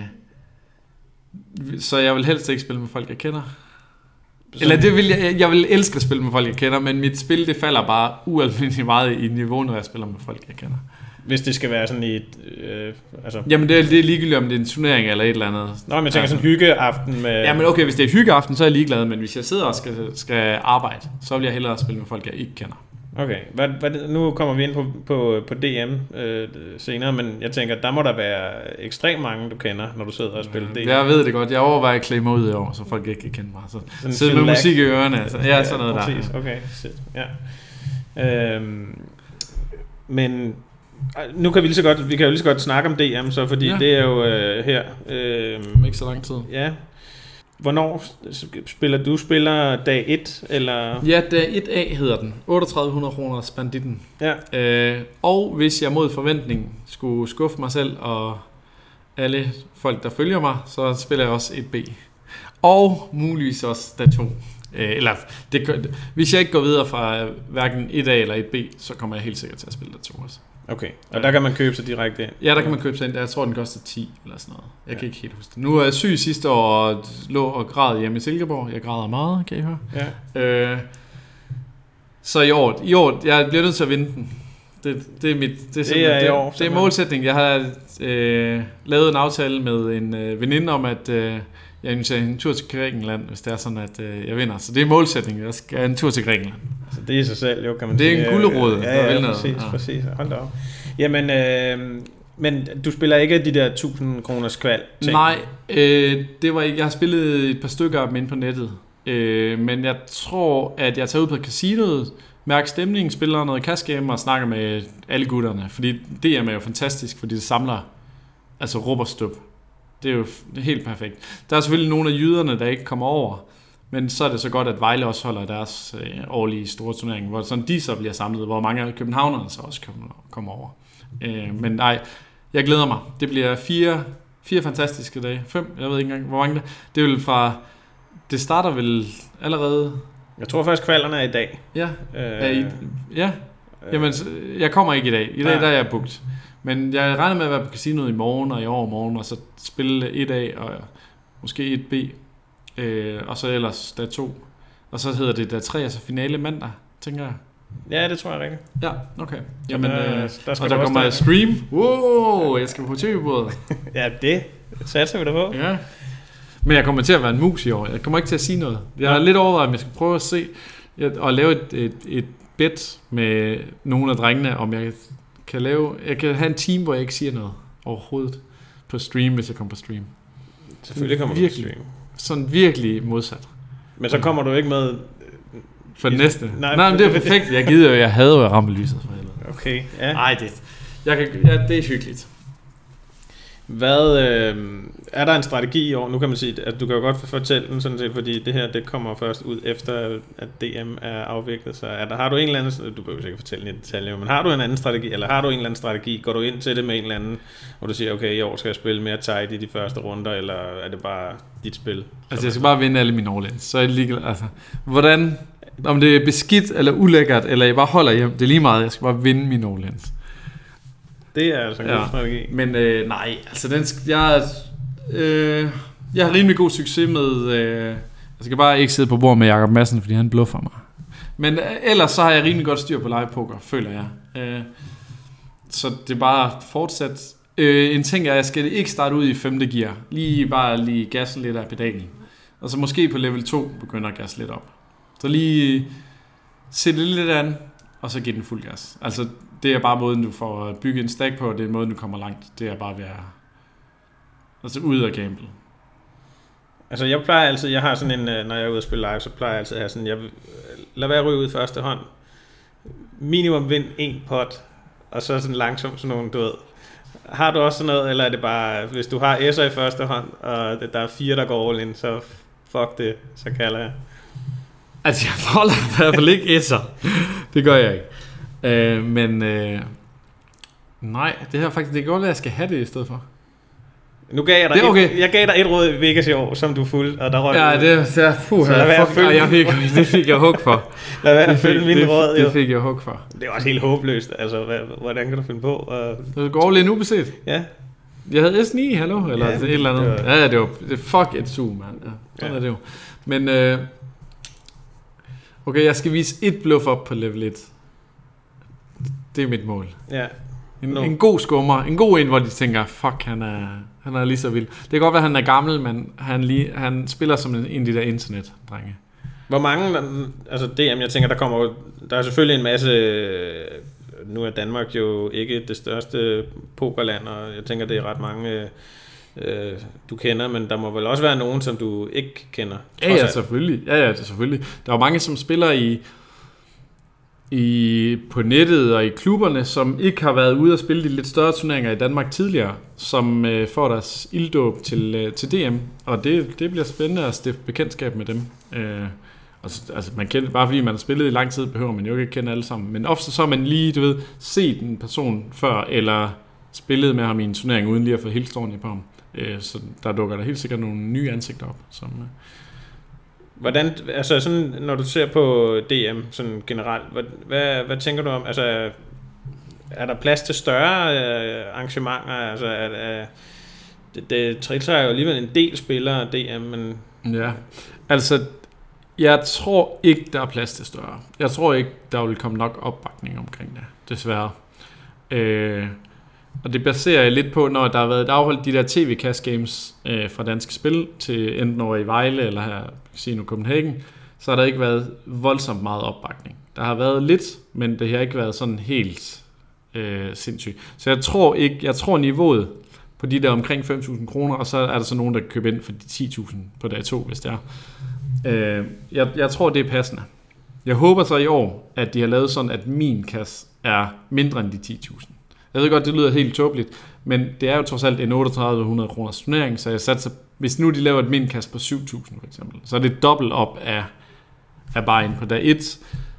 [SPEAKER 6] så jeg vil helst ikke spille med folk, jeg kender. Eller det vil jeg, jeg vil elske at spille med folk, jeg kender, men mit spil, det falder bare ualmindeligt meget i niveau, når jeg spiller med folk, jeg kender.
[SPEAKER 4] Hvis det skal være sådan i et... Øh, altså...
[SPEAKER 6] Jamen, det er, det er ligegyldigt, om det er en turnering eller et eller andet.
[SPEAKER 4] Nå, men jeg tænker sådan en hyggeaften med...
[SPEAKER 6] Ja, men okay, hvis det er et hyggeaften, så er jeg ligeglad, men hvis jeg sidder og skal, skal arbejde, så vil jeg hellere spille med folk, jeg ikke kender.
[SPEAKER 4] Okay, hvad, hvad, nu kommer vi ind på, på, på D M øh, senere, men jeg tænker, der må der være ekstremt mange, du kender, når du sidder og spiller D M.
[SPEAKER 6] Jeg ved det godt. Jeg overvejer at klæde mig ud i år, så folk ikke kan kende mig. Så sidde med
[SPEAKER 4] lag.
[SPEAKER 6] musik i ørerne. Altså. Ja, sådan noget
[SPEAKER 4] præcis.
[SPEAKER 6] der.
[SPEAKER 4] Okay, ja. Øhm, men nu kan vi lige så godt, vi kan jo lige så godt snakke om D M, så, fordi ja. det er jo øh, her. Øh,
[SPEAKER 6] ikke så lang tid.
[SPEAKER 4] Ja. Hvornår spiller du? Spiller dag et, eller?
[SPEAKER 6] Ja, dag et A hedder den. otteogtredive hundrede kroner Banditten.
[SPEAKER 4] Ja.
[SPEAKER 6] Øh, og hvis jeg mod forventning skulle skuffe mig selv og alle folk, der følger mig, så spiller jeg også et B. Og muligvis også dag to. Øh, eller, det, hvis jeg ikke går videre fra hverken et A eller et B, så kommer jeg helt sikkert til at spille dag to også.
[SPEAKER 4] Okay, og der kan man købe sig direkte ind?
[SPEAKER 6] Ja, der kan man købe sig ind. Jeg tror, den koster ti eller sådan noget. Jeg ja. kan ikke helt huske det. Nu er jeg syg sidste år og lå og græd hjemme i Silkeborg. Jeg græder meget, kan I høre?
[SPEAKER 4] Ja.
[SPEAKER 6] Øh, så i år, i år, jeg bliver nødt til at vinde den. Det, det er mit, det er,
[SPEAKER 4] det er,
[SPEAKER 6] det,
[SPEAKER 4] i år,
[SPEAKER 6] det er målsætning. Jeg har øh, lavet en aftale med en øh, veninde om, at øh, jeg inviterer en tur til Grækenland, hvis det er sådan, at øh, jeg vinder. Så det er målsætningen. Jeg skal have en tur til Grækenland.
[SPEAKER 4] Så det er i sig selv, jo, kan man
[SPEAKER 6] det
[SPEAKER 4] sige.
[SPEAKER 6] Det er en gulerod.
[SPEAKER 4] Ja, ja, ja, præcis, ja. præcis. Hold da op. Jamen, øh, men du spiller ikke de der tusind kroners kval ting?
[SPEAKER 6] Nej, øh, det var ikke. Jeg har spillet et par stykker af dem inde på nettet. Øh, men jeg tror, at jeg tager ud på casinoet, mærker stemningen, spiller noget cash game og snakker med alle gutterne. Fordi D M er jo fantastisk, fordi det samler altså rup og stup. Det er jo helt perfekt. Der er selvfølgelig nogle af jyderne, der ikke kommer over. Men så er det så godt, at Vejle også holder deres øh, årlige store turnering, hvor sådan de så bliver samlet, hvor mange af københavnerne så også kommer, kommer over. Øh, men nej, jeg glæder mig. Det bliver fire, fire fantastiske dage. Fem, jeg ved ikke engang, hvor mange det det er. Vel fra, det starter vel allerede...
[SPEAKER 4] Jeg tror faktisk, kvalerne er i dag.
[SPEAKER 6] Ja,
[SPEAKER 4] øh,
[SPEAKER 6] er I, ja. Jamen, jeg kommer ikke i dag. I dag der er jeg booket. Men jeg regner med at være på casinoet i morgen og i overmorgen, og så spille et A og måske et B. Øh, og så ellers dag to. Og så hedder det dag tre, altså finale mandag, tænker jeg.
[SPEAKER 4] Ja, det tror jeg rigtigt.
[SPEAKER 6] Ja, okay. Jamen,
[SPEAKER 4] der,
[SPEAKER 6] øh,
[SPEAKER 4] der skal
[SPEAKER 6] og der kommer stream. Wow, jeg skal på T V-bordet.
[SPEAKER 4] Ja, det satser vi da på.
[SPEAKER 6] Ja. Men jeg kommer til at være en mus i år. Jeg kommer ikke til at sige noget. Jeg er ja. lidt overvejet, om jeg skal prøve at se og lave et, et, et bet med nogle af drengene, om jeg kan lave. Jeg kan have en team, hvor jeg ikke siger noget overhovedet på stream, hvis jeg kommer på stream.
[SPEAKER 4] Selvfølgelig kommer
[SPEAKER 6] virkelig,
[SPEAKER 4] du på stream.
[SPEAKER 6] Sådan virkelig modsat.
[SPEAKER 4] Men så kommer du ikke med
[SPEAKER 6] for det næste.
[SPEAKER 4] Nej,
[SPEAKER 6] Nej, men det er perfekt. Jeg gider jo, jeg hader jo at ramme lyset for helvede.
[SPEAKER 4] Okay, ja.
[SPEAKER 6] Nej, det, jeg kan, ja, det er hyggeligt.
[SPEAKER 4] Hvad øh, er der en strategi i år? Nu kan man sige, at du kan jo godt fortælle den sådan set, fordi det her det kommer først ud efter at D M er afviklet. Så er der, har du en eller anden, du behøver ikke fortælle den i detaljer, men har du en anden strategi, eller har du en eller anden strategi? Går du ind til det med en eller anden, hvor du siger, okay, i år skal jeg spille mere tight i de første runder, eller er det bare dit spil?
[SPEAKER 6] Altså jeg skal bare vinde alle mine all-ins, så er det lige, altså, hvordan, om det er beskidt eller ulækkert, eller jeg bare holder hjem, det er lige meget, jeg skal bare vinde mine all-ins.
[SPEAKER 4] Det er altså en
[SPEAKER 6] ja.
[SPEAKER 4] god strategi.
[SPEAKER 6] Men øh, nej, altså den skal, jeg, øh, jeg har rimelig god succes med, øh, jeg skal bare ikke sidde på bord med Jakob Madsen, fordi han bluffer mig. Men øh, ellers så har jeg rimelig godt styr på live poker, føler jeg. Øh, så det er bare fortsat. Øh, en ting er, at jeg skal ikke starte ud i femte gear. Lige bare lige gasse lidt af pedalen. Og så måske på level to begynder at gasse lidt op. Så lige sætte det lidt an, og så give den fuld gas. Altså det er bare måden, du får at bygge en stack på, og det er måden, du kommer langt. Det er bare at være altså ud af gamble.
[SPEAKER 4] Altså jeg plejer altid, jeg har sådan en, når jeg er ude at spille live, så plejer jeg altid at have sådan, jeg lad være at ryge ud i første hånd. Minimum vind en pot, og så sådan langsomt sådan nogle, du ved. Har du også sådan noget, eller er det bare, hvis du har S'er i første hånd, og der er fire, der går all in, så fuck det, så kalder jeg.
[SPEAKER 6] Altså jeg holder i hvert fald ikke S'er. Det gør jeg ikke. Øh, men øh, nej, det her faktisk, det kan godt være, at jeg skal have det i stedet for.
[SPEAKER 4] Nu gav jeg dig,
[SPEAKER 6] det okay.
[SPEAKER 4] et, jeg gav dig et råd i Vegas i år, som du fulgte, og der røg
[SPEAKER 6] ja, det er puh, jeg fuck, jeg fik, det fik jeg hug for.
[SPEAKER 4] Lad være at følge mine
[SPEAKER 6] det,
[SPEAKER 4] råd,
[SPEAKER 6] det,
[SPEAKER 4] jo.
[SPEAKER 6] det fik jeg hug for.
[SPEAKER 4] Det er også helt håbløst, altså, hvordan kan du finde på? Og...
[SPEAKER 6] Det går lidt ubeset.
[SPEAKER 4] Ja.
[SPEAKER 6] Jeg havde S ni, hallo, eller ja, et eller andet.
[SPEAKER 4] Det var...
[SPEAKER 6] Ja, det var det fuck et zoom, mand. Ja, sådan ja. Er det jo. Men, øh, okay, jeg skal vise et bluff op på level et. Det er mit mål.
[SPEAKER 4] Ja.
[SPEAKER 6] En,
[SPEAKER 4] No.
[SPEAKER 6] en god skummer. En god en, hvor de tænker, fuck, han er, han er lige så vild. Det kan godt være, han er gammel, men han, lige, han spiller som en, en af de der internet-drenge.
[SPEAKER 4] Hvor mange, altså D M, jeg tænker, der kommer der er selvfølgelig en masse, nu er Danmark jo ikke det største pokerland, og jeg tænker, det er ret mange, øh, du kender, men der må vel også være nogen, som du ikke kender.
[SPEAKER 6] Ja, ja, selvfølgelig. Ja, ja, selvfølgelig. Der er jo mange, som spiller i, i på nettet og i klubberne, som ikke har været ude og spille de lidt større turneringer i Danmark tidligere, som øh, får deres ilddåb til, øh, til D M, og det, det bliver spændende at stifte bekendtskab med dem. Øh, altså, altså man kender, bare fordi man har spillet i lang tid, behøver man jo ikke kende alle sammen, men ofte så har man lige, du ved, set en person før, eller spillet med ham i en turnering, uden lige at få helt stående på ham. Øh, så der dukker der helt sikkert nogle nye ansigter op, som... Øh,
[SPEAKER 4] Hvordan, altså sådan, når du ser på D M sådan generelt, hvad, hvad, hvad tænker du om, altså er der plads til større øh, arrangementer, altså er, er, det, det tiltrækker jo alligevel en del spillere D M, men...
[SPEAKER 6] Ja, altså jeg tror ikke, der er plads til større. Jeg tror ikke, der vil komme nok opbakning omkring det, desværre. Øh, og det baserer jeg lidt på, når der har været afholdt de der tv-cast games øh, fra Danske Spil til enten over i Vejle eller her Casino Copenhagen, så har der ikke været voldsomt meget opbakning. Der har været lidt, men det har ikke været sådan helt øh, sindssygt. Så jeg tror ikke, jeg tror niveauet på de der omkring fem tusind kroner, og så er der så nogen, der kan købe ind for de ti tusind på dag to, hvis det er. Øh, jeg, jeg tror, det er passende. Jeg håber så i år, at de har lavet sådan, at min kasse er mindre end de ti tusind. Jeg ved godt, det lyder helt tåbeligt, men det er jo trods alt en otteogtredive hundrede kroners turnering, så jeg satser, hvis nu de laver et minkast på syv tusind for eksempel, så er det dobbelt op af, af bare ind på dag et,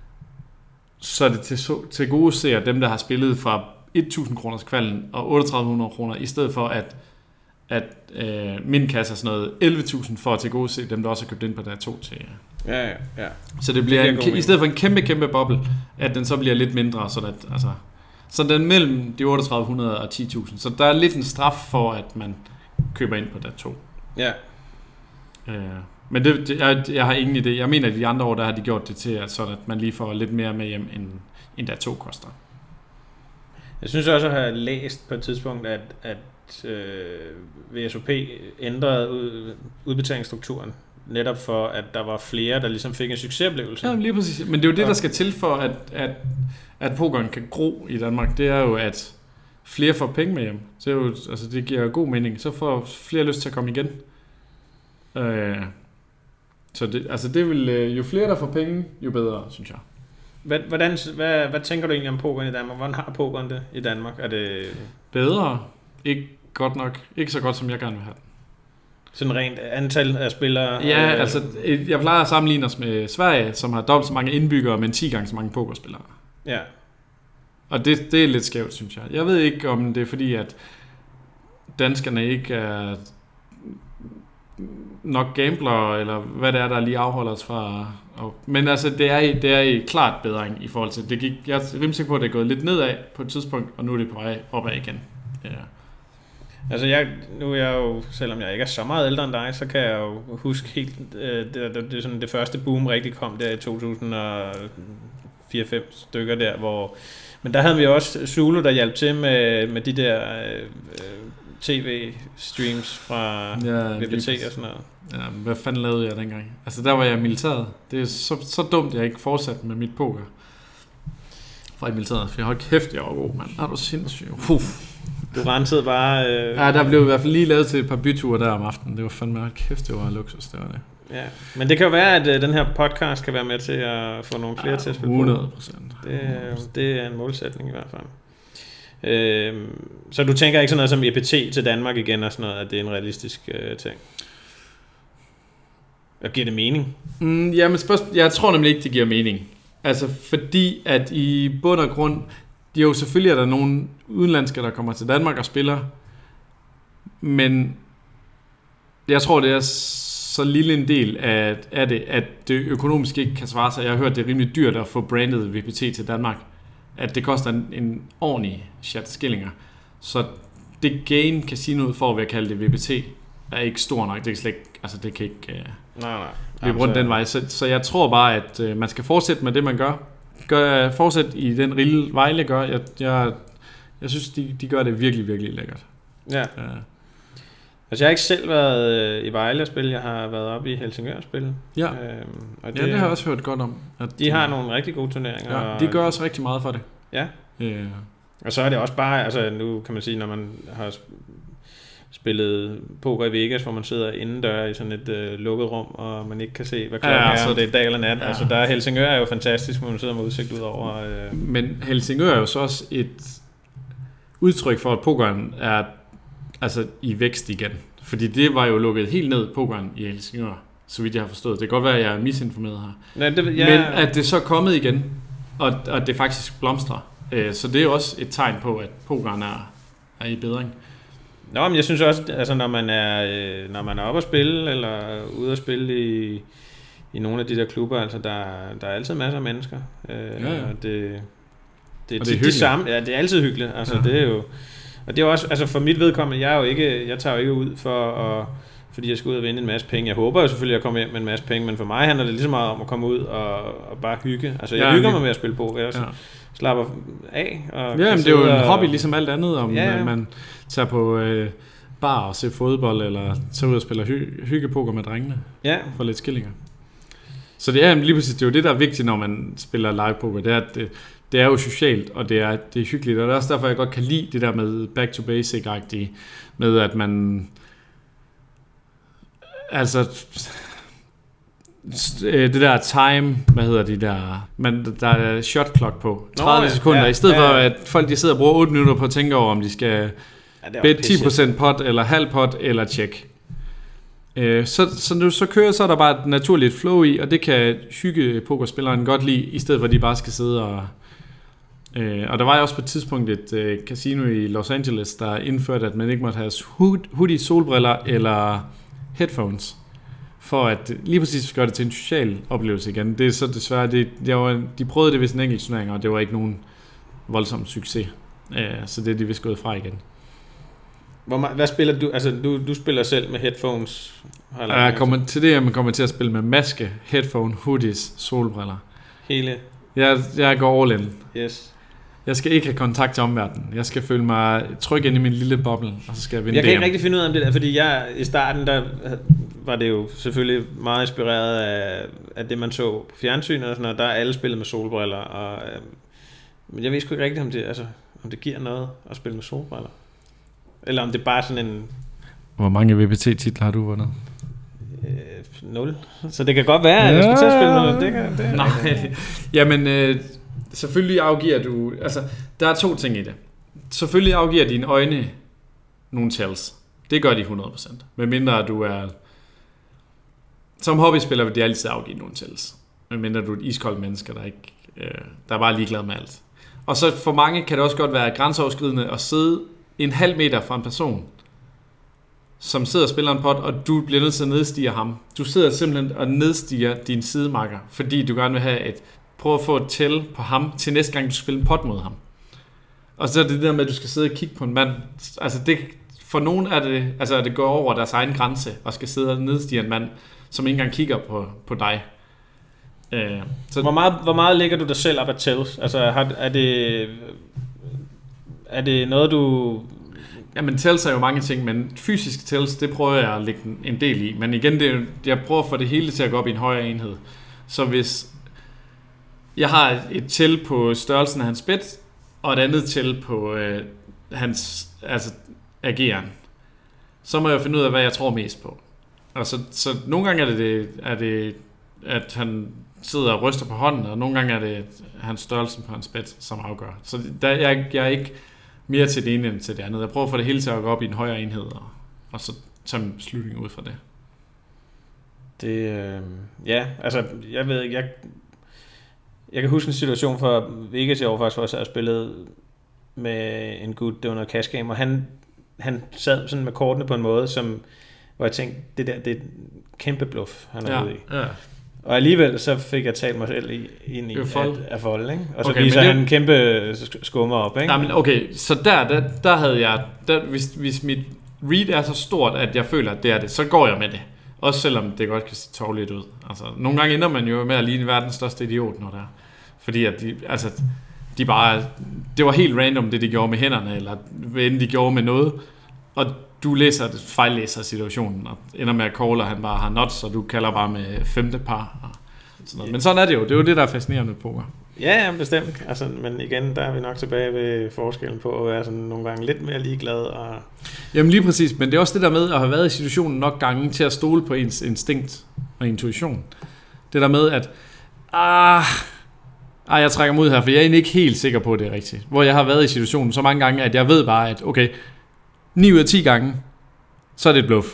[SPEAKER 6] så er det til, til gode seere dem, der har spillet fra tusind kroners kvalden og otteogtredive hundrede kroner, i stedet for at, at øh, minkast er sådan noget elleve tusind for at til gode se dem, der også har købt ind på dag to til.
[SPEAKER 4] Ja, ja, ja.
[SPEAKER 6] Så det bliver,
[SPEAKER 4] det
[SPEAKER 6] en, i stedet for en kæmpe, kæmpe boble, at den så bliver lidt mindre, så at, altså... Så den mellem de otteogtredive hundrede og ti tusind. Så der er lidt en straf for, at man køber ind på dag to.
[SPEAKER 4] Ja.
[SPEAKER 6] Øh, men det, det, jeg, jeg har ingen idé. Jeg mener, at de andre år, der har de gjort det til, at, sådan at man lige får lidt mere med hjem, end, end dag to koster.
[SPEAKER 4] Jeg synes også, at jeg har læst på et tidspunkt, at, at øh, V S O P ændrede ud, udbetalingsstrukturen. Netop for, at der var flere, der ligesom fik en succesoplevelse.
[SPEAKER 6] Ja, lige præcis. Men det er jo det, der skal til for, at, at, at pokeren kan gro i Danmark. Det er jo, at flere får penge med hjem. Det, er jo, altså, det giver god mening. Så får flere lyst til at komme igen. Øh, så det, altså det vil, jo flere, der får penge, jo bedre, synes jeg.
[SPEAKER 4] Hvordan, hvad, hvad tænker du egentlig om pokeren i Danmark? Hvordan har pokeren det i Danmark? Er det
[SPEAKER 6] bedre? Ikke godt nok. Ikke så godt, som jeg gerne vil have.
[SPEAKER 4] Sådan rent antal af spillere?
[SPEAKER 6] Ja,
[SPEAKER 4] øh,
[SPEAKER 6] altså jeg plejer at sammenligne os med Sverige, som har dobbelt så mange indbyggere, men ti gange så mange pokerspillere.
[SPEAKER 4] Ja.
[SPEAKER 6] Og det, det er lidt skævt, synes jeg. Jeg ved ikke, om det er fordi, at danskerne ikke er nok gamblere, eller hvad det er, der lige afholder os fra. Og, men altså, det er, det er i klart bedring i forhold til, det gik, jeg er rimelig sikker på, at det er gået lidt nedad på et tidspunkt, og nu er det på vej opad igen. Ja.
[SPEAKER 4] Altså jeg, nu er jeg jo, selvom jeg ikke er så meget ældre end dig, så kan jeg jo huske helt, øh, det, det, det, sådan det første boom rigtig kom der i to tusind og fire fem stykker der, hvor, men der havde vi også Zulu, der hjalp til med, med de der øh, tv-streams fra
[SPEAKER 6] ja,
[SPEAKER 4] V B T og sådan noget.
[SPEAKER 6] Ja, hvad fanden lavede jeg dengang? Altså der var jeg i militæret. Det er så, så dumt, jeg ikke fortsatte med mit poker fra i militæret, for jeg holdt kæft, jeg var god, mand. Er du sindssyg? Uff.
[SPEAKER 4] Du rensede bare... Øh...
[SPEAKER 6] Ja, der blev i hvert fald lige lavet til et par byture der om aftenen. Det var fandme ret kæft, det var luksus, det var det.
[SPEAKER 4] Ja, men det kan jo være, at øh, den her podcast kan være med til at få nogle flere ja, til at spille
[SPEAKER 6] hundrede procent.
[SPEAKER 4] Det, det er en målsætning i hvert fald. Øh, så du tænker ikke sådan noget som E P T til Danmark igen og sådan noget, at det er en realistisk øh, ting? Og giver det mening?
[SPEAKER 6] Mm, jamen, spørgsmål, jeg tror nemlig ikke, det giver mening. Altså, fordi at i bund og grund, de er jo selvfølgelig, er der nogle udenlandske, der kommer til Danmark og spiller, men jeg tror, det er så lille en del af, af det, at det økonomisk ikke kan svare sig. Jeg har hørt, det er rimelig dyrt at få brandet V P T til Danmark, at det koster en, en ordentlig chat skillinger. Så det gain casinoet for, at jeg kalde det V P T, er ikke stor nok. Det kan slet ikke, altså det kan ikke uh,
[SPEAKER 4] nej, nej.
[SPEAKER 6] løbe rundt den vej. Så, så jeg tror bare, at uh, man skal fortsætte med det, man gør. gør fortsæt i den rille Vejle gør. Jeg, jeg Jeg synes, de, de gør det virkelig, virkelig lækkert.
[SPEAKER 4] Ja.
[SPEAKER 6] Ja.
[SPEAKER 4] Altså, jeg har ikke selv været øh, i Vejle at spille. Jeg har været oppe i Helsingør at spille.
[SPEAKER 6] Ja.
[SPEAKER 4] Øhm, og det,
[SPEAKER 6] ja, det har jeg også hørt godt om. At
[SPEAKER 4] de har nogle rigtig gode turneringer.
[SPEAKER 6] Ja, de gør også rigtig meget for det.
[SPEAKER 4] Ja.
[SPEAKER 6] Yeah.
[SPEAKER 4] Og så er det også bare, altså nu kan man sige, når man har spillet poker i Vegas, hvor man sidder indendør i sådan et øh, lukket rum, og man ikke kan se, hvad klokken ja, er, om det er dag eller nat. Ja. Altså der er Helsingør er jo fantastisk, hvor man sidder med udsigt ud over. Øh.
[SPEAKER 6] Men Helsingør er jo så også et udtryk for, at pokeren er altså i vækst igen. Fordi det var jo lukket helt ned, pokeren i Helsingør, så vidt jeg har forstået. Det kan godt være, at jeg er misinformeret her.
[SPEAKER 4] Nej, det, ja.
[SPEAKER 6] Men at det så er kommet igen, og at det faktisk blomstrer. Så det er også et tegn på, at pokeren er, er i bedring.
[SPEAKER 4] Nå, men jeg synes også, altså når man er når man er oppe at spille eller ude at spille i i nogle af de der klubber, altså der der er altid masser af mennesker. Ja, ja. Og det det er,
[SPEAKER 6] og det er
[SPEAKER 4] de samme, ja, det er altid hyggeligt. Altså ja. Det er jo og det er også altså for mit vedkommende, jeg er jo ikke jeg tager jo ikke ud for at fordi jeg skal ud og vinde en masse penge. Jeg håber jo selvfølgelig, at jeg kommer hjem med en masse penge, men for mig handler det lige så meget om at komme ud og, og bare hygge. Altså, jeg ja, hygger mig med at spille poker. Jeg ja. slapper af. Og
[SPEAKER 6] ja, men det er jo en og... hobby ligesom alt andet, om
[SPEAKER 4] ja, ja.
[SPEAKER 6] man tager på øh, bar og ser fodbold, eller tager ud og spiller hy- hyggepoker med drengene.
[SPEAKER 4] Ja.
[SPEAKER 6] For lidt skillinger. Så det er lige præcis, det er jo det, der er vigtigt, når man spiller live poker. Det er, at det, det er jo socialt, og det er, det er hyggeligt. Og det er også derfor, jeg godt kan lide det der med back to basic-agtigt, med at man... Altså, det der time, hvad hedder de der, man, der er shot clock på, tredive Nå, ja, sekunder, ja, i stedet ja, ja. for at folk de sidder og bruger otte minutter på at tænke over, om de skal ja, bet ti procent pot, eller halv pot, eller check. Øh, så, så når du så kører, så er der bare et naturligt flow i, og det kan hygge pokerspilleren godt lide, i stedet for at de bare skal sidde og... Øh, og der var jo også på et tidspunkt et øh, casino i Los Angeles, der indførte, at man ikke måtte have hoodie, solbriller eller headphones, for at lige præcis gøre det til en social oplevelse igen. Det er så desværre, det, det var, de prøvede det ved en enkelt turnering, og det var ikke nogen voldsom succes. Øh, så det er de vist gået fra igen.
[SPEAKER 4] Hvor, hvad spiller du? Altså, du, du spiller selv med headphones?
[SPEAKER 6] Jeg kommer til det, at man kommer til at spille med maske, headphone, hoodies, solbriller.
[SPEAKER 4] Hele?
[SPEAKER 6] Jeg, jeg går all in.
[SPEAKER 4] Yes.
[SPEAKER 6] Jeg skal ikke have kontakt til omverdenen. Jeg skal føle mig tryg ind i min lille boble, og så skal jeg vinde.
[SPEAKER 4] Jeg kan
[SPEAKER 6] D M.
[SPEAKER 4] ikke rigtig finde ud af det der, fordi jeg i starten, der var det jo selvfølgelig meget inspireret af, af det, man så på fjernsynet og sådan noget. Der er alle spillet med solbriller, og øh, men jeg ved sgu ikke rigtigt, om det, altså, om det giver noget at spille med solbriller. Eller om det bare er sådan en...
[SPEAKER 6] Hvor mange V P T-titler har du vundet?
[SPEAKER 4] Øh, nul. Så det kan godt være, at jeg skal til at spille noget. Det kan, det
[SPEAKER 6] Nej. Jamen, øh, selvfølgelig afgiver du... Altså, der er to ting i det. Selvfølgelig afgiver dine øjne nogle tells. Det gør de hundrede procent. Medmindre du er... Som hobbyspiller vil de altid afgive nogle tells. Medmindre du er et iskoldt menneske, der, ikke, øh, der er bare ligeglad med alt. Og så for mange kan det også godt være grænseoverskridende at sidde en halv meter fra en person, som sidder og spiller en pot, og du bliver nødt til at nedstige ham. Du sidder simpelthen og nedstiger din sidemakker, fordi du gerne vil have et, prøve at få et tæl på ham, til næste gang du spiller en pot mod ham. Og så er det det der med, at du skal sidde og kigge på en mand. Altså det, for nogen er det, altså det går over deres egen grænse, og skal sidde og nedstige en mand, som ikke engang kigger på, på dig. Øh, så
[SPEAKER 4] hvor, meget, hvor meget lægger du dig selv op af tells? Altså har, er det... Er det noget, du...
[SPEAKER 6] Jamen, tells er jo mange ting, men fysiske tells, det prøver jeg at lægge en del i. Men igen, det er, jeg prøver at få det hele til at gå op i en højere enhed. Så hvis jeg har et tæl på størrelsen af hans bet, og et andet tæl på øh, hans altså, ageren, så må jeg finde ud af, hvad jeg tror mest på. Og så, så nogle gange er det, det, er det, at han sidder og ryster på hånden, og nogle gange er det hans størrelsen på hans bet, som afgør. Så der, jeg, jeg er ikke mere til det ene end til det andet. Jeg prøver at få det hele til at gå op i en højere enhed, og, og så tage en beslutning ud fra det.
[SPEAKER 4] Det, øh, ja, altså, jeg ved ikke, jeg, jeg kan huske en situation for Vegas i år faktisk, hvor jeg sad og spillede med en gut, det var noget cash game, og han, han sad sådan med kortene på en måde, som, hvor jeg tænkte, det der, det er et kæmpe bluff, han er
[SPEAKER 6] ja,
[SPEAKER 4] ude i.
[SPEAKER 6] Ja.
[SPEAKER 4] Og alligevel så fik jeg talt mig selv ind i at, at folde, ikke? Og så
[SPEAKER 6] okay,
[SPEAKER 4] viser
[SPEAKER 6] det...
[SPEAKER 4] han en kæmpe skummer op, ikke?
[SPEAKER 6] Nej, men okay, så der, der, der havde jeg, der, hvis, hvis mit read er så stort, at jeg føler, at det er det, så går jeg med det. Også selvom det godt kan se tårligt ud. Altså, nogle gange ender man jo med at ligne verdens største idiot, når der er. Fordi at de, altså, de bare det var helt random, det de gjorde med hænderne, eller hvad de gjorde med noget, og du læser, fejllæser situationen, og ender med at calle, og han bare har nuts, og du kalder bare med femte par, og sådan noget. Men sådan er det jo, det er jo det, der er fascinerende med poker.
[SPEAKER 4] Ja, ja, bestemt. Altså, men igen, der er vi nok tilbage ved forskellen på at være sådan nogle gange lidt mere ligeglad. Og...
[SPEAKER 6] Jamen lige præcis, men det er også det der med at have været i situationen nok gange til at stole på ens instinkt og intuition. Det der med, at ah, ah, jeg trækker mig ud her, for jeg er egentlig ikke helt sikker på, at det er rigtigt. Hvor jeg har været i situationen så mange gange, at jeg ved bare, at okay, ni ud af ti gange, så er det et bluff.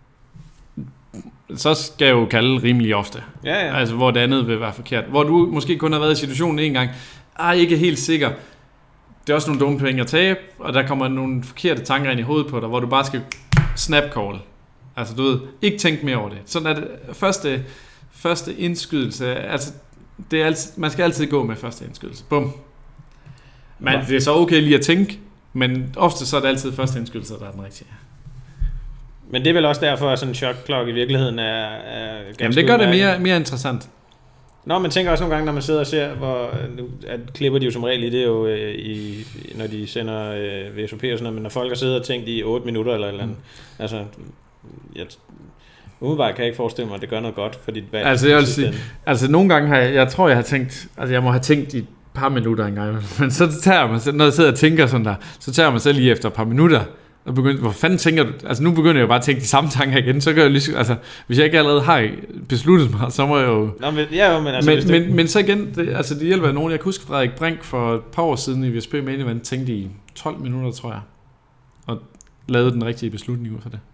[SPEAKER 6] Så skal jeg jo kalde rimelig ofte.
[SPEAKER 4] Ja, ja.
[SPEAKER 6] Altså, hvor det andet vil være forkert. Hvor du måske kun har været i situationen en gang. Ah, ikke helt sikker. Det er også nogle dumme penge at tabe, og der kommer nogle forkerte tanker ind i hovedet på dig, hvor du bare skal snap call. Altså, du ved, ikke tænke mere over det. Sådan er det første, første indskydelse. Altså, det er altid, man skal altid gå med første indskydelse. Bum. Men det er så okay lige at tænke, men ofte så er det altid første indskydelse, der er den rigtige.
[SPEAKER 4] Men det er vel også derfor, at sådan en shotklokke i virkeligheden er, er ganske
[SPEAKER 6] Jamen det gør det mere, mere interessant.
[SPEAKER 4] Nå, man tænker også nogle gange, når man sidder og ser, hvor at klipper de jo som regel i det jo, øh, i, når de sender øh, V S O P og sådan noget, men når folk har siddet og tænkt i otte minutter eller et eller andet, mm. altså, jeg, umiddelbart kan jeg ikke forestille mig, at det gør noget godt for dit valg.
[SPEAKER 6] Altså, jeg vil sige, altså nogle gange har jeg, jeg tror jeg har tænkt, altså jeg må have tænkt i et par minutter engang, men så tager man selv, når jeg sidder og tænker sådan der, så tager man selv lige efter et par minutter, og begynder, hvor fanden tænker du, altså nu begynder jeg jo bare at tænke de samme tanker igen, så gør jeg lige, altså hvis jeg ikke allerede har besluttet mig, så må jeg jo...
[SPEAKER 4] Nå, men, ja, jo, men, altså,
[SPEAKER 6] men,
[SPEAKER 4] det...
[SPEAKER 6] men, men så igen, det, altså det hjælper nogen, jeg kan huske Frederik Brink for et par år siden i V S P Main Event, tænkte i tolv minutter, tror jeg, og lavede den rigtige beslutning ud for det.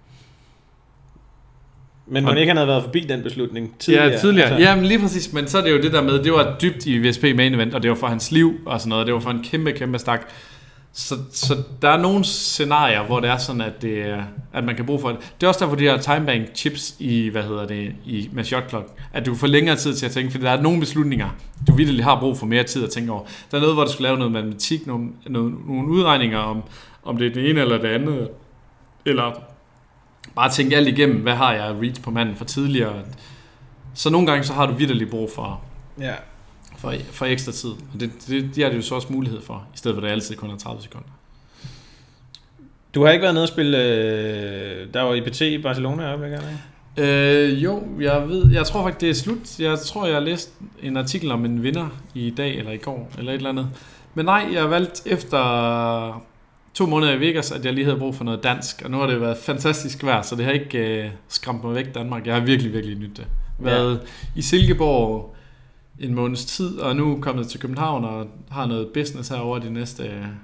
[SPEAKER 4] Men man ikke han havde været forbi den beslutning tidligere.
[SPEAKER 6] Ja, tidligere.
[SPEAKER 4] Altså.
[SPEAKER 6] Ja, men lige præcis, men så er det jo det der med, det var dybt i V S P Main Event, og det var for hans liv og sådan noget, det var for en kæmpe, kæmpe stak. Så, så der er nogle scenarier, hvor det er sådan, at, det, at man kan bruge for det. Det er også derfor, de her timebank chips i, hvad hedder det, i, med shot clock, at du får længere tid til at tænke, for der er nogle beslutninger, du virkelig har brug for mere tid at tænke over. Der er noget, hvor du skal lave noget matematik, nogle, nogle, nogle udregninger om, om det er det ene eller det andet, eller bare tænke alt igennem, hvad har jeg reach på manden for tidligere. Så nogle gange, så har du virkelig brug for... Ja. For, for ekstra tid. Og det, det, det er det jo så også mulighed for, i stedet for at det altid kun er tredive sekunder.
[SPEAKER 4] Du har ikke været nede og spille, øh, der var I P T i Barcelona i øjeblikket,
[SPEAKER 6] eller øh, Jo, jeg ved, jeg tror faktisk det er slut. Jeg tror jeg har læst en artikel om en vinder i dag, eller i går, eller et eller andet. Men nej, jeg har valgt efter to måneder i Vegas, at jeg lige havde brug for noget dansk, og nu har det været fantastisk vejr, så det har ikke øh, skræmt mig væk Danmark. Jeg har virkelig, virkelig nydt det. Været ja. i Silkeborg en måneds tid, og nu er kommet til København og har noget business herovre de næste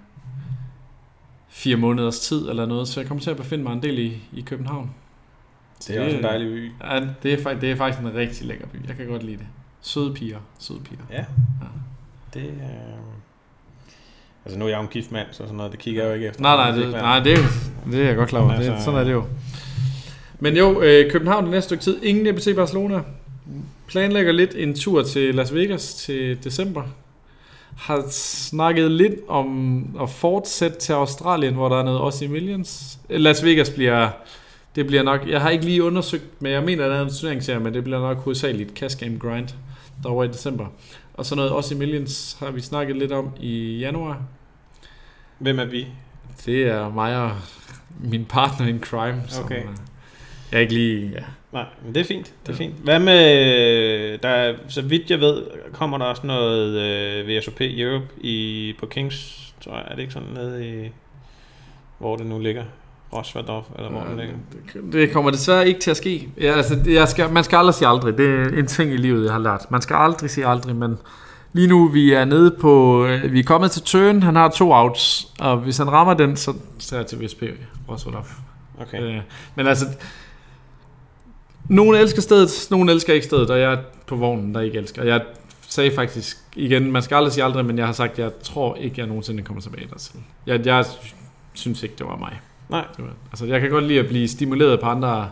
[SPEAKER 6] fire måneders tid eller noget, så jeg kommer til at befinde mig en del i, i København.
[SPEAKER 4] Det er det, også en dejlig by.
[SPEAKER 6] Ja, det er, det er faktisk en rigtig lækker by. Jeg kan godt lide det. Søde piger, søde piger.
[SPEAKER 4] Ja. ja. Det øh... Altså nu er jeg jo en gift mand, så sådan noget, det kigger jeg jo ikke efter.
[SPEAKER 6] Nej, nej, det, nej, det, er, det er jeg godt klar over. Altså, det, sådan er det jo. Men jo, øh, København det næste stykke tid. Ingen E B T Barcelona. Planlægger lidt en tur til Las Vegas til december. Har snakket lidt om at fortsætte til Australien, hvor der er noget Aussie Millions. Las Vegas bliver, det bliver nok, jeg har ikke lige undersøgt, men jeg mener, at der er en turneringsserie, men det bliver nok hovedsageligt Cash Game Grind derovre i december. Og så noget Aussie Millions har vi snakket lidt om i januar.
[SPEAKER 4] Hvem er vi?
[SPEAKER 6] Det er mig og min partner in crime. Som,
[SPEAKER 4] okay.
[SPEAKER 6] Jeg er ikke lige... Ja.
[SPEAKER 4] Nej, men det er fint. Det er fint. Hvad med... Der, så vidt jeg ved, kommer der også noget øh, V S O P Europe i, på Kings, tror jeg. Er det ikke sådan nede i... Hvor det nu ligger? Rosvardorf, eller hvor ja, det ligger?
[SPEAKER 6] Det kommer desværre ikke til at ske. Ja, altså, jeg skal, man skal aldrig sige aldrig. Det er en ting i livet, jeg har lært. Man skal aldrig sige aldrig, men... Lige nu vi er nede på... Vi er kommet til Tøen. Han har to outs. Og hvis han rammer den, så tager jeg til V S P Rosvardorf.
[SPEAKER 4] Okay.
[SPEAKER 6] Øh, men altså... Nogen elsker stedet, nogen elsker ikke stedet, og jeg er på vognen, der ikke elsker. Jeg sagde faktisk igen, man skal aldrig sige aldrig, men jeg har sagt, jeg tror ikke, jeg nogensinde kommer tilbage dertil. Jeg, jeg synes ikke, det var mig.
[SPEAKER 4] Nej.
[SPEAKER 6] Det var, altså, jeg kan godt lide at blive stimuleret på andre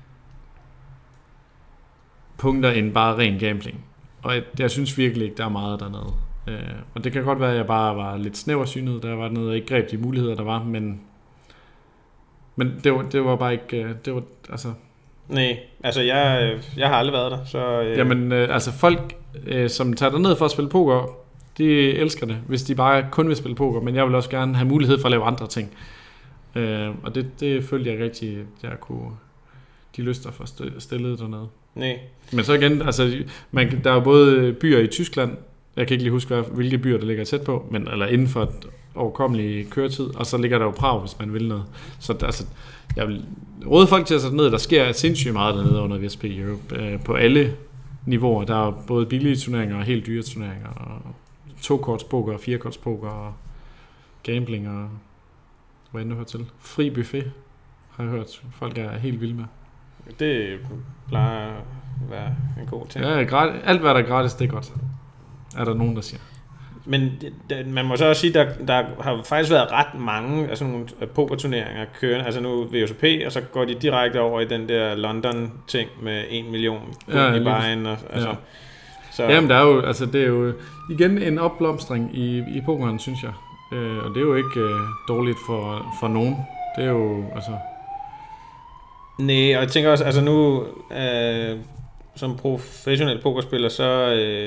[SPEAKER 6] punkter end bare ren gambling. Og jeg, jeg synes virkelig ikke, der er meget dernede. Øh, og det kan godt være, at jeg bare var lidt snæversynet, der var noget, jeg ikke greb de muligheder, der var, men, men det, var, det var bare ikke... Det var, altså...
[SPEAKER 4] Nej, altså jeg, jeg har aldrig været der, så... Øh...
[SPEAKER 6] Jamen, øh, altså folk, øh, som tager derned for at spille poker, De elsker det, hvis de bare kun vil spille poker, men jeg vil også gerne have mulighed for at lave andre ting. Øh, og det, det følte jeg rigtig, jeg kunne de lyster for stillet dernede.
[SPEAKER 4] Nej.
[SPEAKER 6] Men så igen, altså, man, der er jo både byer i Tyskland, jeg kan ikke lige huske, hvilke byer der ligger tæt på, men eller inden for et overkommelig køretid, og så ligger der jo Prag, hvis man vil noget. Så altså, jeg vil råde folk til at sætte ned, der sker sindssygt meget dernede under V S P Europe, øh, på alle niveauer. Der er både billige turneringer og helt dyre turneringer, og to-korts poker, fire-korts poker, og gambling, og hvad end du hører til. Fri buffet, har jeg hørt, folk er helt vilde med.
[SPEAKER 4] Det plejer at være en god ting.
[SPEAKER 6] Ja, gratis, alt hvad der er gratis, det er godt. Er der nogen, der siger.
[SPEAKER 4] Men det, det, man må så også sige, der der har faktisk været ret mange af sådan nogle pokerturneringer kørende. Altså nu V S O P, og så går de direkte over i den der London-ting med en million
[SPEAKER 6] ja,
[SPEAKER 4] i vejen. Og, altså,
[SPEAKER 6] ja.
[SPEAKER 4] Så.
[SPEAKER 6] Jamen, der er jo, altså, det er jo igen en opblomstring i, i pokeren, synes jeg. Øh, og det er jo ikke øh, dårligt for, for nogen. Det er jo, altså...
[SPEAKER 4] Nej, og jeg tænker også, altså nu øh, som professionel pokerspiller, så øh,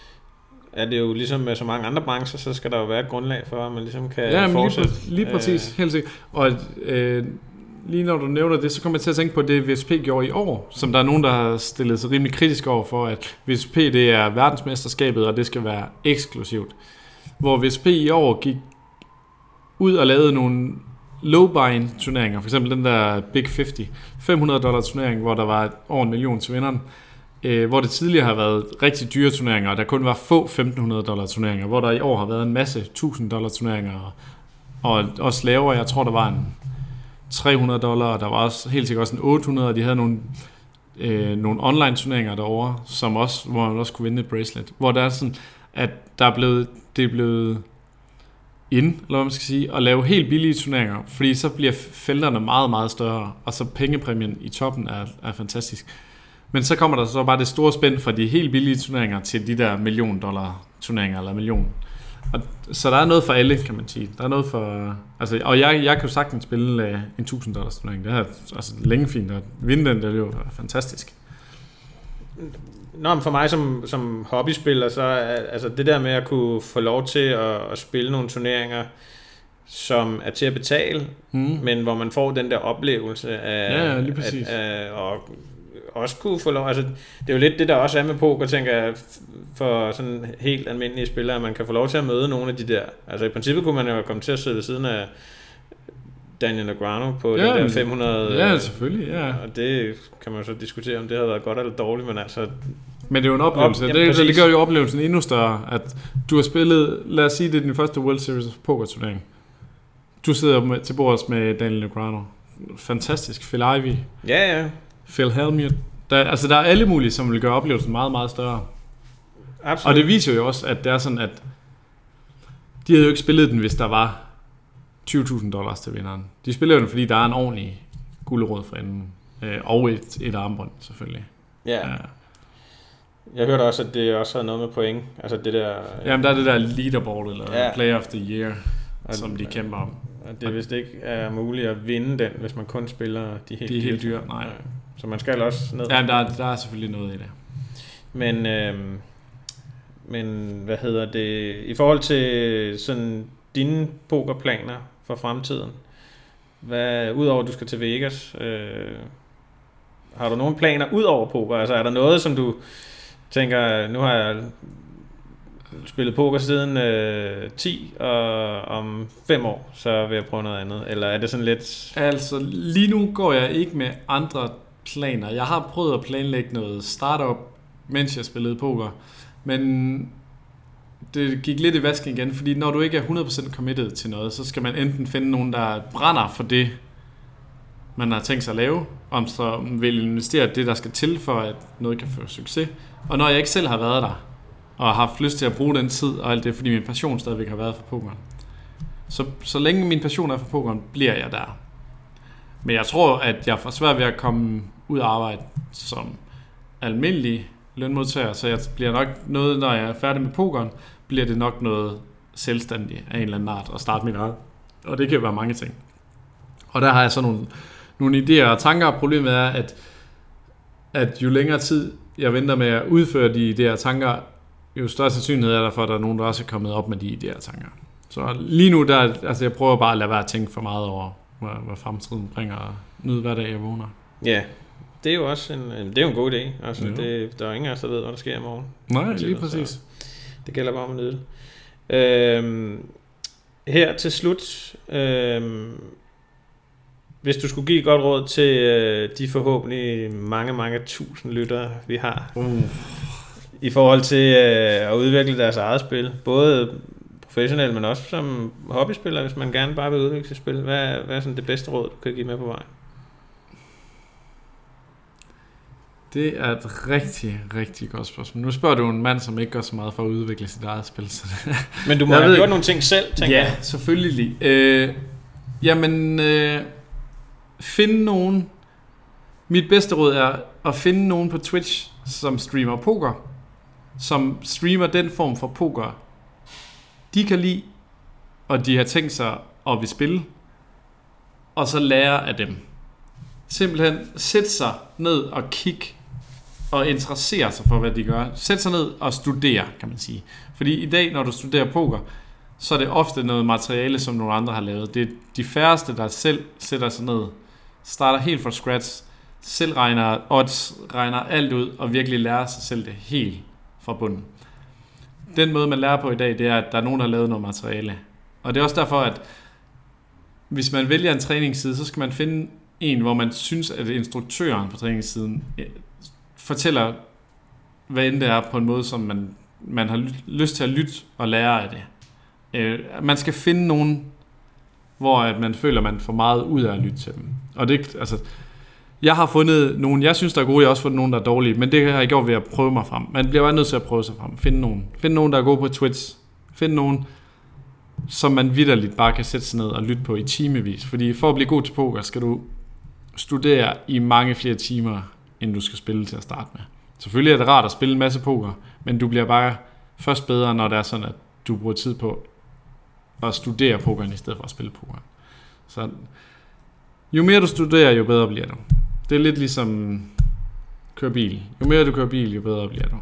[SPEAKER 4] er det jo ligesom med så mange andre brancher, så skal der jo være et grundlag for, at man ligesom kan
[SPEAKER 6] ja,
[SPEAKER 4] fortsætte.
[SPEAKER 6] Lige, lige præcis, øh, helt sikkert. Og øh, lige når du nævner det, så kommer jeg til at tænke på det, V S P gjorde i år, som der er nogen, der har stillet sig rimelig kritisk over for, at V S P det er verdensmesterskabet, og det skal være eksklusivt. Hvor V S P i år gik ud og lavede nogle low-buy turneringer, for eksempel den der Big halvtreds, fem hundrede dollar turnering, hvor der var over en million til vinderen, øh, hvor det tidligere har været rigtig dyre turneringer, og der kun var få femten hundrede dollar turneringer, hvor der i år har været en masse tusind dollar turneringer, og, og også lavere, jeg tror der var en tre hundrede dollar, og der var også helt sikkert også en otte hundrede, og de havde nogle, øh, nogle online turneringer derovre, som også, hvor man også kunne vinde et bracelet, hvor der er sådan, at der er blevet, det er blevet ind, eller hvad man skal sige, og lave helt billige turneringer, fordi så bliver felterne meget, meget større, og så pengepræmien i toppen er, er fantastisk. Men så kommer der så bare det store spænd fra de helt billige turneringer til de der million dollar turneringer, eller million. Og, så der er noget for alle, kan man sige. Der er noget for, altså, og jeg, jeg kan jo sagtens spille uh, en tusind dollars turnering. Det er altså længe fint, at vinde den, det er jo fantastisk.
[SPEAKER 4] Nå, men for mig som, som hobbyspiller, så er altså det der med at kunne få lov til at, at spille nogle turneringer, som er til at betale, mm. men hvor man får den der oplevelse af,
[SPEAKER 6] ja, lige præcis.
[SPEAKER 4] At, af og også kunne få lov, altså det er jo lidt det der også er med poker, tænker jeg, for sådan helt almindelige spillere, at man kan få lov til at møde nogle af de der, altså i princippet kunne man jo komme til at sidde ved siden af Daniel Negreanu på ja, den der fem hundrede.
[SPEAKER 6] Ja, selvfølgelig, ja.
[SPEAKER 4] Og det kan man så diskutere, om det har været godt eller dårligt, men altså...
[SPEAKER 6] Men det er jo en oplevelse. Op, det, det gør jo oplevelsen endnu større, at du har spillet, lad os sige, det er din første World Series of Poker turnering. Du sidder med, til bords med Daniel Negreanu. Fantastisk. Phil Ivey.
[SPEAKER 4] Ja, ja.
[SPEAKER 6] Phil Hellmuth. Der, altså, der er alle mulige, som vil gøre oplevelsen meget, meget større.
[SPEAKER 4] Absolut.
[SPEAKER 6] Og det viser jo også, at det er sådan, at de havde jo ikke spillet den, hvis der var tyve tusind dollars til vinderen. De spiller jo den, fordi der er en ordentlig gulerod for enden. Øh, og et, et armbånd, selvfølgelig.
[SPEAKER 4] Ja. ja. Jeg hørte også, at det også har noget med point. Altså det der...
[SPEAKER 6] Jamen, der er det der leaderboard, eller
[SPEAKER 4] ja.
[SPEAKER 6] Player of the Year, og, som de kæmper om.
[SPEAKER 4] Og det er vist ikke er muligt at vinde den, hvis man kun spiller de helt,
[SPEAKER 6] de er helt dyre. Nej.
[SPEAKER 4] Så man skal også ned.
[SPEAKER 6] Ja, der, der er selvfølgelig noget i det.
[SPEAKER 4] Men... Øhm, men hvad hedder det... I forhold til sådan dine pokerplaner for fremtiden, hvad, udover at du skal til Vegas, øh, har du nogle planer ud over poker? Altså er der noget, som du tænker, nu har jeg spillet poker siden øh, ti, og om fem år, så vil jeg prøve noget andet? Eller er det sådan lidt...
[SPEAKER 6] Altså, lige nu går jeg ikke med andre planer. Jeg har prøvet at planlægge noget startup, mens jeg spillede poker, men det gik lidt i vasken igen, fordi når du ikke er hundrede procent committed til noget, så skal man enten finde nogen, der brænder for det, man har tænkt sig at lave, om så vil investere det, der skal til for, at noget kan få succes. Og når jeg ikke selv har været der, og har haft lyst til at bruge den tid og alt det, fordi min passion stadigvæk har været for pokeren. Så, så længe min passion er for pokeren, bliver jeg der. Men jeg tror, at jeg får svært ved at komme ud og arbejde som almindelig lønmodtager, så jeg bliver nok noget, når jeg er færdig med pokeren, bliver det nok noget selvstændigt af en eller anden art at starte mit eget. Og det kan være mange ting. Og der har jeg så nogle, nogle idéer og tanker. Problemet er, at, at jo længere tid jeg venter med at udføre de idéer og tanker, jo større sandsynlighed er der for, at der er nogen, der også er kommet op med de idéer tanker. Så lige nu, der, altså jeg prøver bare at lade være at tænke for meget over, hvad, hvad fremtiden bringer, og nyde hver dag, jeg vågner.
[SPEAKER 4] Ja, det er jo også en, det er jo en god idé. Altså, det, der er ingen af os, der ved, hvad der sker i morgen.
[SPEAKER 6] Nej, lige præcis.
[SPEAKER 4] Det gælder bare om at nyde det. Øhm, her til slut, øhm, hvis du skulle give et godt råd til øh, de forhåbentlig mange, mange tusind lyttere, vi har, uh. i forhold til øh, at udvikle deres eget spil, både professionelt, men også som hobbyspiller, hvis man gerne bare vil udvikle sit spil, hvad, hvad er sådan det bedste råd, du kan give med på vejen?
[SPEAKER 6] Det er et rigtig, rigtig godt spørgsmål. Nu spørger du en mand, som ikke gør så meget for at udvikle sit eget spil. Så
[SPEAKER 4] men du må have gjort nogle ting selv, tænker
[SPEAKER 6] ja,
[SPEAKER 4] jeg.
[SPEAKER 6] Ja, selvfølgelig. Øh, jamen, øh, finde nogen. Mit bedste råd er at finde nogen på Twitch, som streamer poker. Som streamer den form for poker, de kan lide, og de har tænkt sig at vil spille. Og så lære af dem. Simpelthen sætte sig ned og kigge og interessere sig for, hvad de gør. Sæt sig ned og studere, kan man sige. Fordi i dag, når du studerer poker, så er det ofte noget materiale, som nogle andre har lavet. Det er de færreste, der selv sætter sig ned, starter helt fra scratch, selv regner odds, regner alt ud, og virkelig lærer sig selv det helt fra bunden. Den måde, man lærer på i dag, det er, at der er nogen, der har lavet noget materiale. Og det er også derfor, at hvis man vælger en træningsside, så skal man finde en, hvor man synes, at instruktøren på træningssiden fortæller, hvad end det er, på en måde, som man, man har lyst til at lytte og lære af det. Øh, man skal finde nogen, hvor at man føler, at man får meget ud af at lytte til dem. Og det, altså, jeg har fundet nogen, jeg synes, der er gode, jeg har også fundet nogen, der er dårlige, men det har jeg gjort ved at prøve mig frem. Man bliver bare nødt til at prøve sig frem. Finde nogen. Finde nogen, der er gode på Twitch. Finde nogen, som man vitterligt bare kan sætte sig ned og lytte på i timevis. Fordi for at blive god til poker, skal du studere i mange flere timer, end du skal spille til at starte med. Selvfølgelig er det rart at spille en masse poker, men du bliver bare først bedre, når det er sådan, at du bruger tid på at studere pokeren i stedet for at spille poker. Så jo mere du studerer, jo bedre bliver du. Det er lidt ligesom køre bil. Jo mere du kører bil, jo bedre bliver du.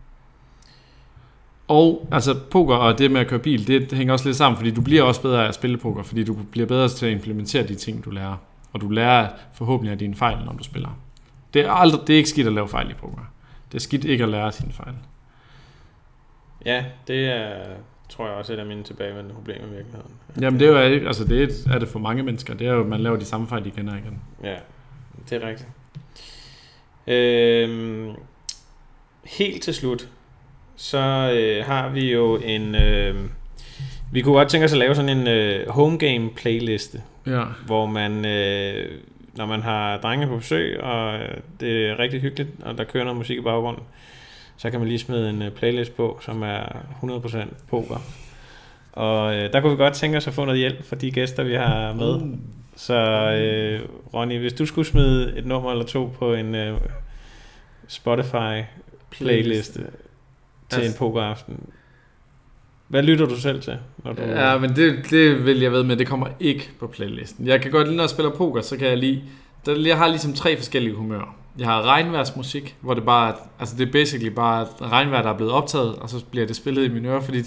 [SPEAKER 6] Og altså poker og det med at køre bil, det hænger også lidt sammen, fordi du bliver også bedre af at spille poker, fordi du bliver bedre til at implementere de ting, du lærer. Og du lærer forhåbentlig af dine fejl, når du spiller. Det er, aldrig, det er ikke skidt at lave fejl i poker. Det er skidt ikke at lære sine fejl.
[SPEAKER 4] Ja, det er, tror jeg også et af mine tilbagevendende problemer i virkeligheden.
[SPEAKER 6] Jamen det er jo altså det er, er det for mange mennesker. Det er jo, at man laver de samme fejl igen og igen.
[SPEAKER 4] Ja, det er rigtigt. Øhm, helt til slut, så øh, har vi jo en... Øh, vi kunne godt tænke os at lave sådan en øh, home game playliste,
[SPEAKER 6] ja.
[SPEAKER 4] Hvor man, øh, når man har drenge på besøg, og det er rigtig hyggeligt, og der kører noget musik i baggrunden, så kan man lige smide en øh, playlist på, som er hundrede procent poker. Og øh, der kunne vi godt tænke os at få noget hjælp fra de gæster, vi har med. Mm. Så øh, Ronny, hvis du skulle smide et nummer eller to på en øh, Spotify playliste til altså en pokeraften, hvad lytter du selv til? Når du...
[SPEAKER 6] Ja, men det, det vil jeg ved med, det kommer ikke på playlisten. Jeg kan godt lide, når jeg spiller poker, så kan jeg lide... Der, jeg har ligesom tre forskellige humører. Jeg har regnværsmusik, hvor det bare... Altså det er basically bare regnvejr, der er blevet optaget, og så bliver det spillet i mine ører, fordi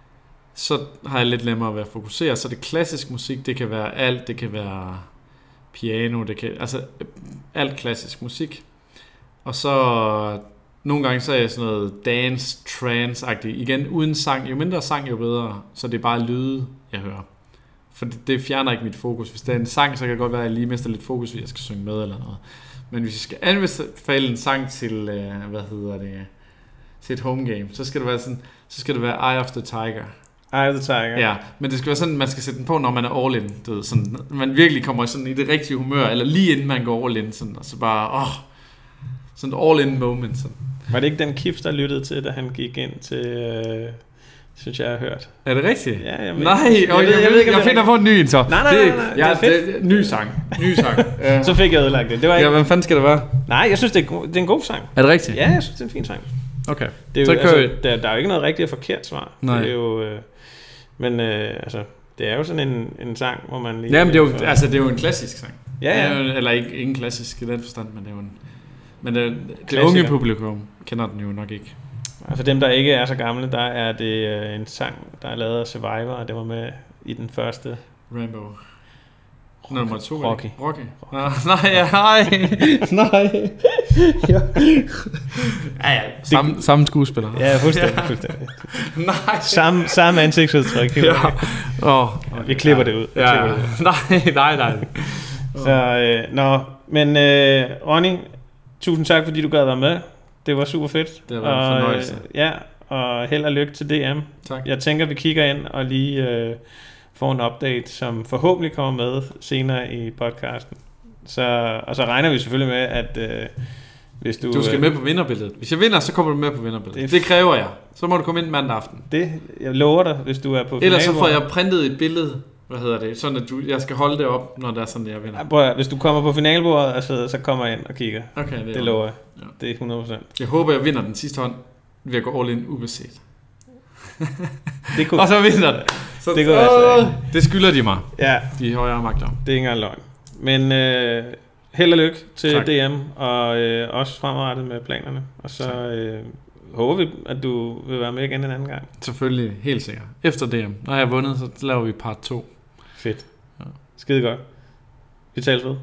[SPEAKER 6] så har jeg lidt nemmere ved at fokusere. Så det klassisk musik, det kan være alt, det kan være piano, det kan... Altså alt klassisk musik. Og så... Nogle gange så er jeg sådan noget dance, trance-agtigt. Igen, uden sang. Jo mindre sang, jo bedre. Så det er bare lyde, jeg hører. For det, det fjerner ikke mit fokus. Hvis det er en sang, så kan det godt være, at jeg lige mister lidt fokus, hvis jeg skal synge med eller noget. Men hvis jeg skal anbefale en sang til, øh, hvad hedder det, til et home game, så skal det være sådan, så skal det være Eye of the Tiger.
[SPEAKER 4] Eye of the Tiger.
[SPEAKER 6] Ja, men det skal være sådan, man skal sætte den på, når man er all in. Du ved, sådan, man virkelig kommer sådan i det rigtige humør, eller lige inden man går all in, sådan, og så bare, åh, sådan et all in moment, sådan.
[SPEAKER 4] Var det ikke den Kif, der lyttede til, da han gik ind til, øh, synes jeg, har hørt?
[SPEAKER 6] Er det rigtigt?
[SPEAKER 4] Ja, jeg ved,
[SPEAKER 6] nej,
[SPEAKER 4] jeg,
[SPEAKER 6] jeg, jeg, jeg, ved, jeg, jeg finder på en ny en så.
[SPEAKER 4] Nej, nej, nej, nej,
[SPEAKER 6] det, ja, det er fedt. Det, ny sang, ny sang. uh.
[SPEAKER 4] Så fik jeg ødelagt det. Det var ikke...
[SPEAKER 6] Ja, hvad fanden skal det være?
[SPEAKER 4] Nej, jeg synes, det er, go- det er en god sang.
[SPEAKER 6] Er det rigtigt?
[SPEAKER 4] Ja, jeg synes, det er en fin sang.
[SPEAKER 6] Okay.
[SPEAKER 4] Det er
[SPEAKER 6] så
[SPEAKER 4] jo, altså, der, der er jo ikke noget rigtigt og forkert svar.
[SPEAKER 6] Nej.
[SPEAKER 4] Det er jo, øh, men øh, altså, det er jo sådan en, en sang, hvor man lige...
[SPEAKER 6] Jamen, det er jo, altså, det er jo en klassisk sang.
[SPEAKER 4] Ja, ja.
[SPEAKER 6] Det er jo, eller ikke, ikke en klassisk i den forstand, men det er jo en... Men det, det unge publikum kender den jo nok ikke.
[SPEAKER 4] Og for dem, der ikke er så gamle, der er det øh, en sang, der er lavet af Survivor, og det var med i den første.
[SPEAKER 6] Rambo. Nummer to.
[SPEAKER 4] Rocky.
[SPEAKER 6] Rocky. Ah, nej, ja, nej. nej. ja, ja. Samme, samme skuespiller.
[SPEAKER 4] Ja, fuldstændig. fuldstændig.
[SPEAKER 6] nej.
[SPEAKER 4] Samme, samme ansigtsudtryk.
[SPEAKER 6] ja. Oh,
[SPEAKER 4] okay. Vi klipper det ud. Vi
[SPEAKER 6] ja.
[SPEAKER 4] klipper det ud.
[SPEAKER 6] nej, nej, nej.
[SPEAKER 4] Så, øh, nå. Men øh, Ronny, tusind tak, fordi du gad være med. Det var super fedt.
[SPEAKER 6] Det var en fornøjelse.
[SPEAKER 4] Og, øh, ja, og held og lykke til D M.
[SPEAKER 6] Tak.
[SPEAKER 4] Jeg tænker, vi kigger ind og lige øh, får en update, som forhåbentlig kommer med senere i podcasten. Så, og så regner vi selvfølgelig med, at øh, hvis du...
[SPEAKER 6] Du skal med på vinderbilledet. Hvis jeg vinder, så kommer du med på vinderbilledet. Det, det kræver jeg. Så må du komme ind mandag aften.
[SPEAKER 4] Det, jeg lover dig, hvis du er på...
[SPEAKER 6] Ellers så får jeg printet et billede, hvad hedder det, sådan at du, jeg skal holde det op, når det er sådan, jeg vinder.
[SPEAKER 4] Ja, prøv, hvis du kommer på finalbordet, altså, så kommer jeg ind og kigger.
[SPEAKER 6] Okay, det,
[SPEAKER 4] det lover jeg.
[SPEAKER 6] Ja.
[SPEAKER 4] Det er hundrede procent.
[SPEAKER 6] Jeg håber, jeg vinder den sidste hånd ved at gå all in ubeset.
[SPEAKER 4] Det kunne,
[SPEAKER 6] og så vinder det. Så,
[SPEAKER 4] det, kunne altså,
[SPEAKER 6] det skylder de mig.
[SPEAKER 4] Ja.
[SPEAKER 6] De højere magter.
[SPEAKER 4] Det er ikke engang løgn. Men øh, held og lykke til
[SPEAKER 6] tak.
[SPEAKER 4] D M, og øh, også fremadrettet med planerne. Og så øh, håber vi, at du vil være med igen en anden gang.
[SPEAKER 6] Selvfølgelig, helt sikkert. Efter D M. Når jeg har vundet, så laver vi part to.
[SPEAKER 4] Fedt. Ja. Skide godt. Vi tales ved.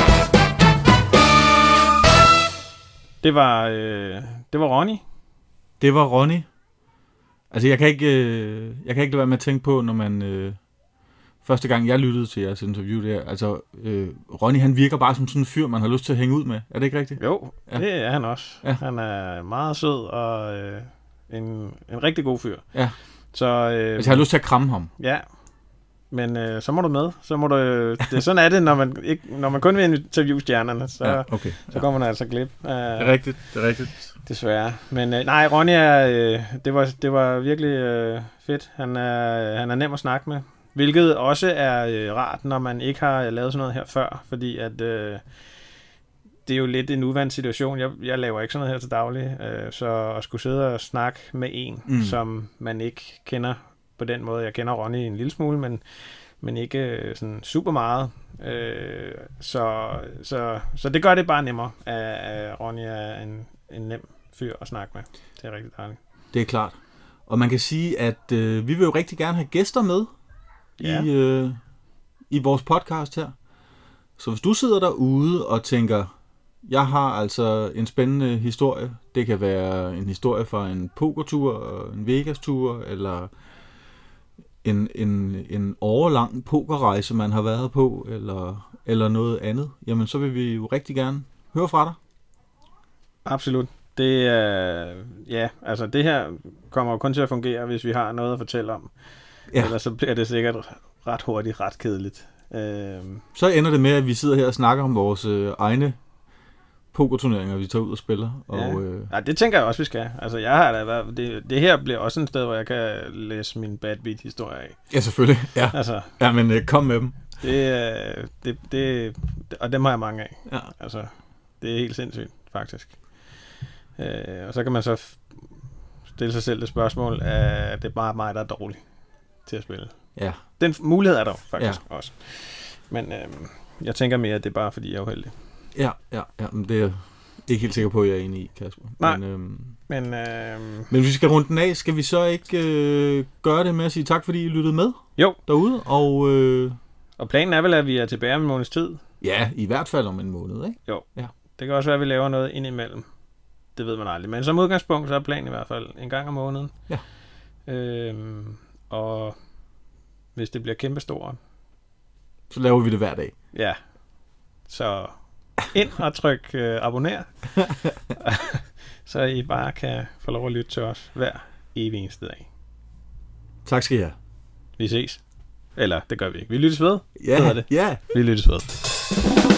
[SPEAKER 4] Det var, øh, det var Ronny.
[SPEAKER 5] Det var Ronny. Altså, jeg kan ikke, øh, jeg kan ikke lade være med at tænke på, når man... Øh, første gang, jeg lyttede til jeres interview der, altså, øh, Ronny, han virker bare som sådan en fyr, man har lyst til at hænge ud med. Er det ikke rigtigt?
[SPEAKER 4] Jo, ja. Det er han også.
[SPEAKER 5] Ja.
[SPEAKER 4] Han er meget sød og øh, en, en rigtig god fyr.
[SPEAKER 5] Ja.
[SPEAKER 4] Så, øh,
[SPEAKER 5] altså, jeg har lyst til at kramme ham.
[SPEAKER 4] Ja. Men øh, så må du med. Så må du, det, sådan er det, når man, ikke, når man kun vil interviewe stjernerne, så,
[SPEAKER 5] ja, okay.
[SPEAKER 4] så går man altså glip.
[SPEAKER 5] Uh, det er rigtigt, det er rigtigt.
[SPEAKER 4] Desværre. Men øh, nej, Ronny er, øh, det, var, det var virkelig øh, fedt. Han er, han er nem at snakke med. Hvilket også er øh, rart, når man ikke har lavet sådan noget her før. Fordi at øh, det er jo lidt en uvant situation. Jeg, jeg laver ikke sådan noget her til daglig. Øh, så at skulle sidde og snakke med en, mm. som man ikke kender på den måde. Jeg kender Ronny en lille smule, men, men ikke øh, sådan super meget. Øh, så, så, så det gør det bare nemmere, at Ronny er en, en nem fyr at snakke med. Det er rigtig dejligt.
[SPEAKER 5] Det er klart. Og man kan sige, at øh, vi vil jo rigtig gerne have gæster med
[SPEAKER 4] ja.
[SPEAKER 5] i, øh, i vores podcast her. Så hvis du sidder derude og tænker, jeg har altså en spændende historie. Det kan være en historie fra en pokertur, en Vegas-tur, eller en, en, en årelang pokerrejse, man har været på, eller, eller noget andet. Jamen, så vil vi jo rigtig gerne høre fra dig.
[SPEAKER 4] Absolut. Det er, ja, altså det her kommer jo kun til at fungere, hvis vi har noget at fortælle om. Ja. Ellers så bliver det sikkert ret hurtigt, ret kedeligt. Øhm.
[SPEAKER 5] Så ender det med, at vi sidder her og snakker om vores øh, egne pokerturneringer, vi tager ud og spiller. Og,
[SPEAKER 4] ja.
[SPEAKER 5] Øh...
[SPEAKER 4] ja, det tænker jeg også, vi skal. Altså, jeg har da været, det, det her bliver også et sted, hvor jeg kan læse min bad beat historie af.
[SPEAKER 5] Ja, selvfølgelig. Ja,
[SPEAKER 4] altså,
[SPEAKER 5] ja men øh, kom med dem.
[SPEAKER 4] Det, det, det, og dem har jeg mange af.
[SPEAKER 5] Ja.
[SPEAKER 4] Altså, det er helt sindssygt, faktisk. Øh, og så kan man så f- stille sig selv det spørgsmål, at det er bare mig, der er dårlig til at spille.
[SPEAKER 5] Ja.
[SPEAKER 4] Den mulighed er der faktisk
[SPEAKER 5] ja.
[SPEAKER 4] også. Men øh, jeg tænker mere, at det er bare, fordi jeg er uheldig.
[SPEAKER 5] Ja, ja, ja, men det er jeg ikke helt sikker på, at jeg er enig i, Kasper.
[SPEAKER 4] Nej,
[SPEAKER 5] men, øhm,
[SPEAKER 4] men, øh,
[SPEAKER 5] men hvis vi skal runde den af, skal vi så ikke øh, gøre det med at sige tak, fordi I lyttede med
[SPEAKER 4] jo.
[SPEAKER 5] derude? Og, øh,
[SPEAKER 4] og planen er vel, at vi er tilbage om en måneds tid?
[SPEAKER 5] Ja, i hvert fald om en måned, ikke?
[SPEAKER 4] Jo,
[SPEAKER 5] ja.
[SPEAKER 4] Det kan også være, at vi laver noget indimellem. Det ved man aldrig. Men som udgangspunkt, så er planen i hvert fald en gang om måneden.
[SPEAKER 5] Ja.
[SPEAKER 4] Øhm, og hvis det bliver kæmpestort,
[SPEAKER 5] så laver vi det hver dag.
[SPEAKER 4] Ja. Så ind og tryk øh, abonner, så I bare kan få lov at lytte til os hver evig eneste dag.
[SPEAKER 5] Tak skal I have.
[SPEAKER 4] Vi ses. Eller, det gør vi ikke. Vi lyttes ved.
[SPEAKER 5] Ja,
[SPEAKER 4] det.
[SPEAKER 5] ja.
[SPEAKER 4] Vi lyttes ved.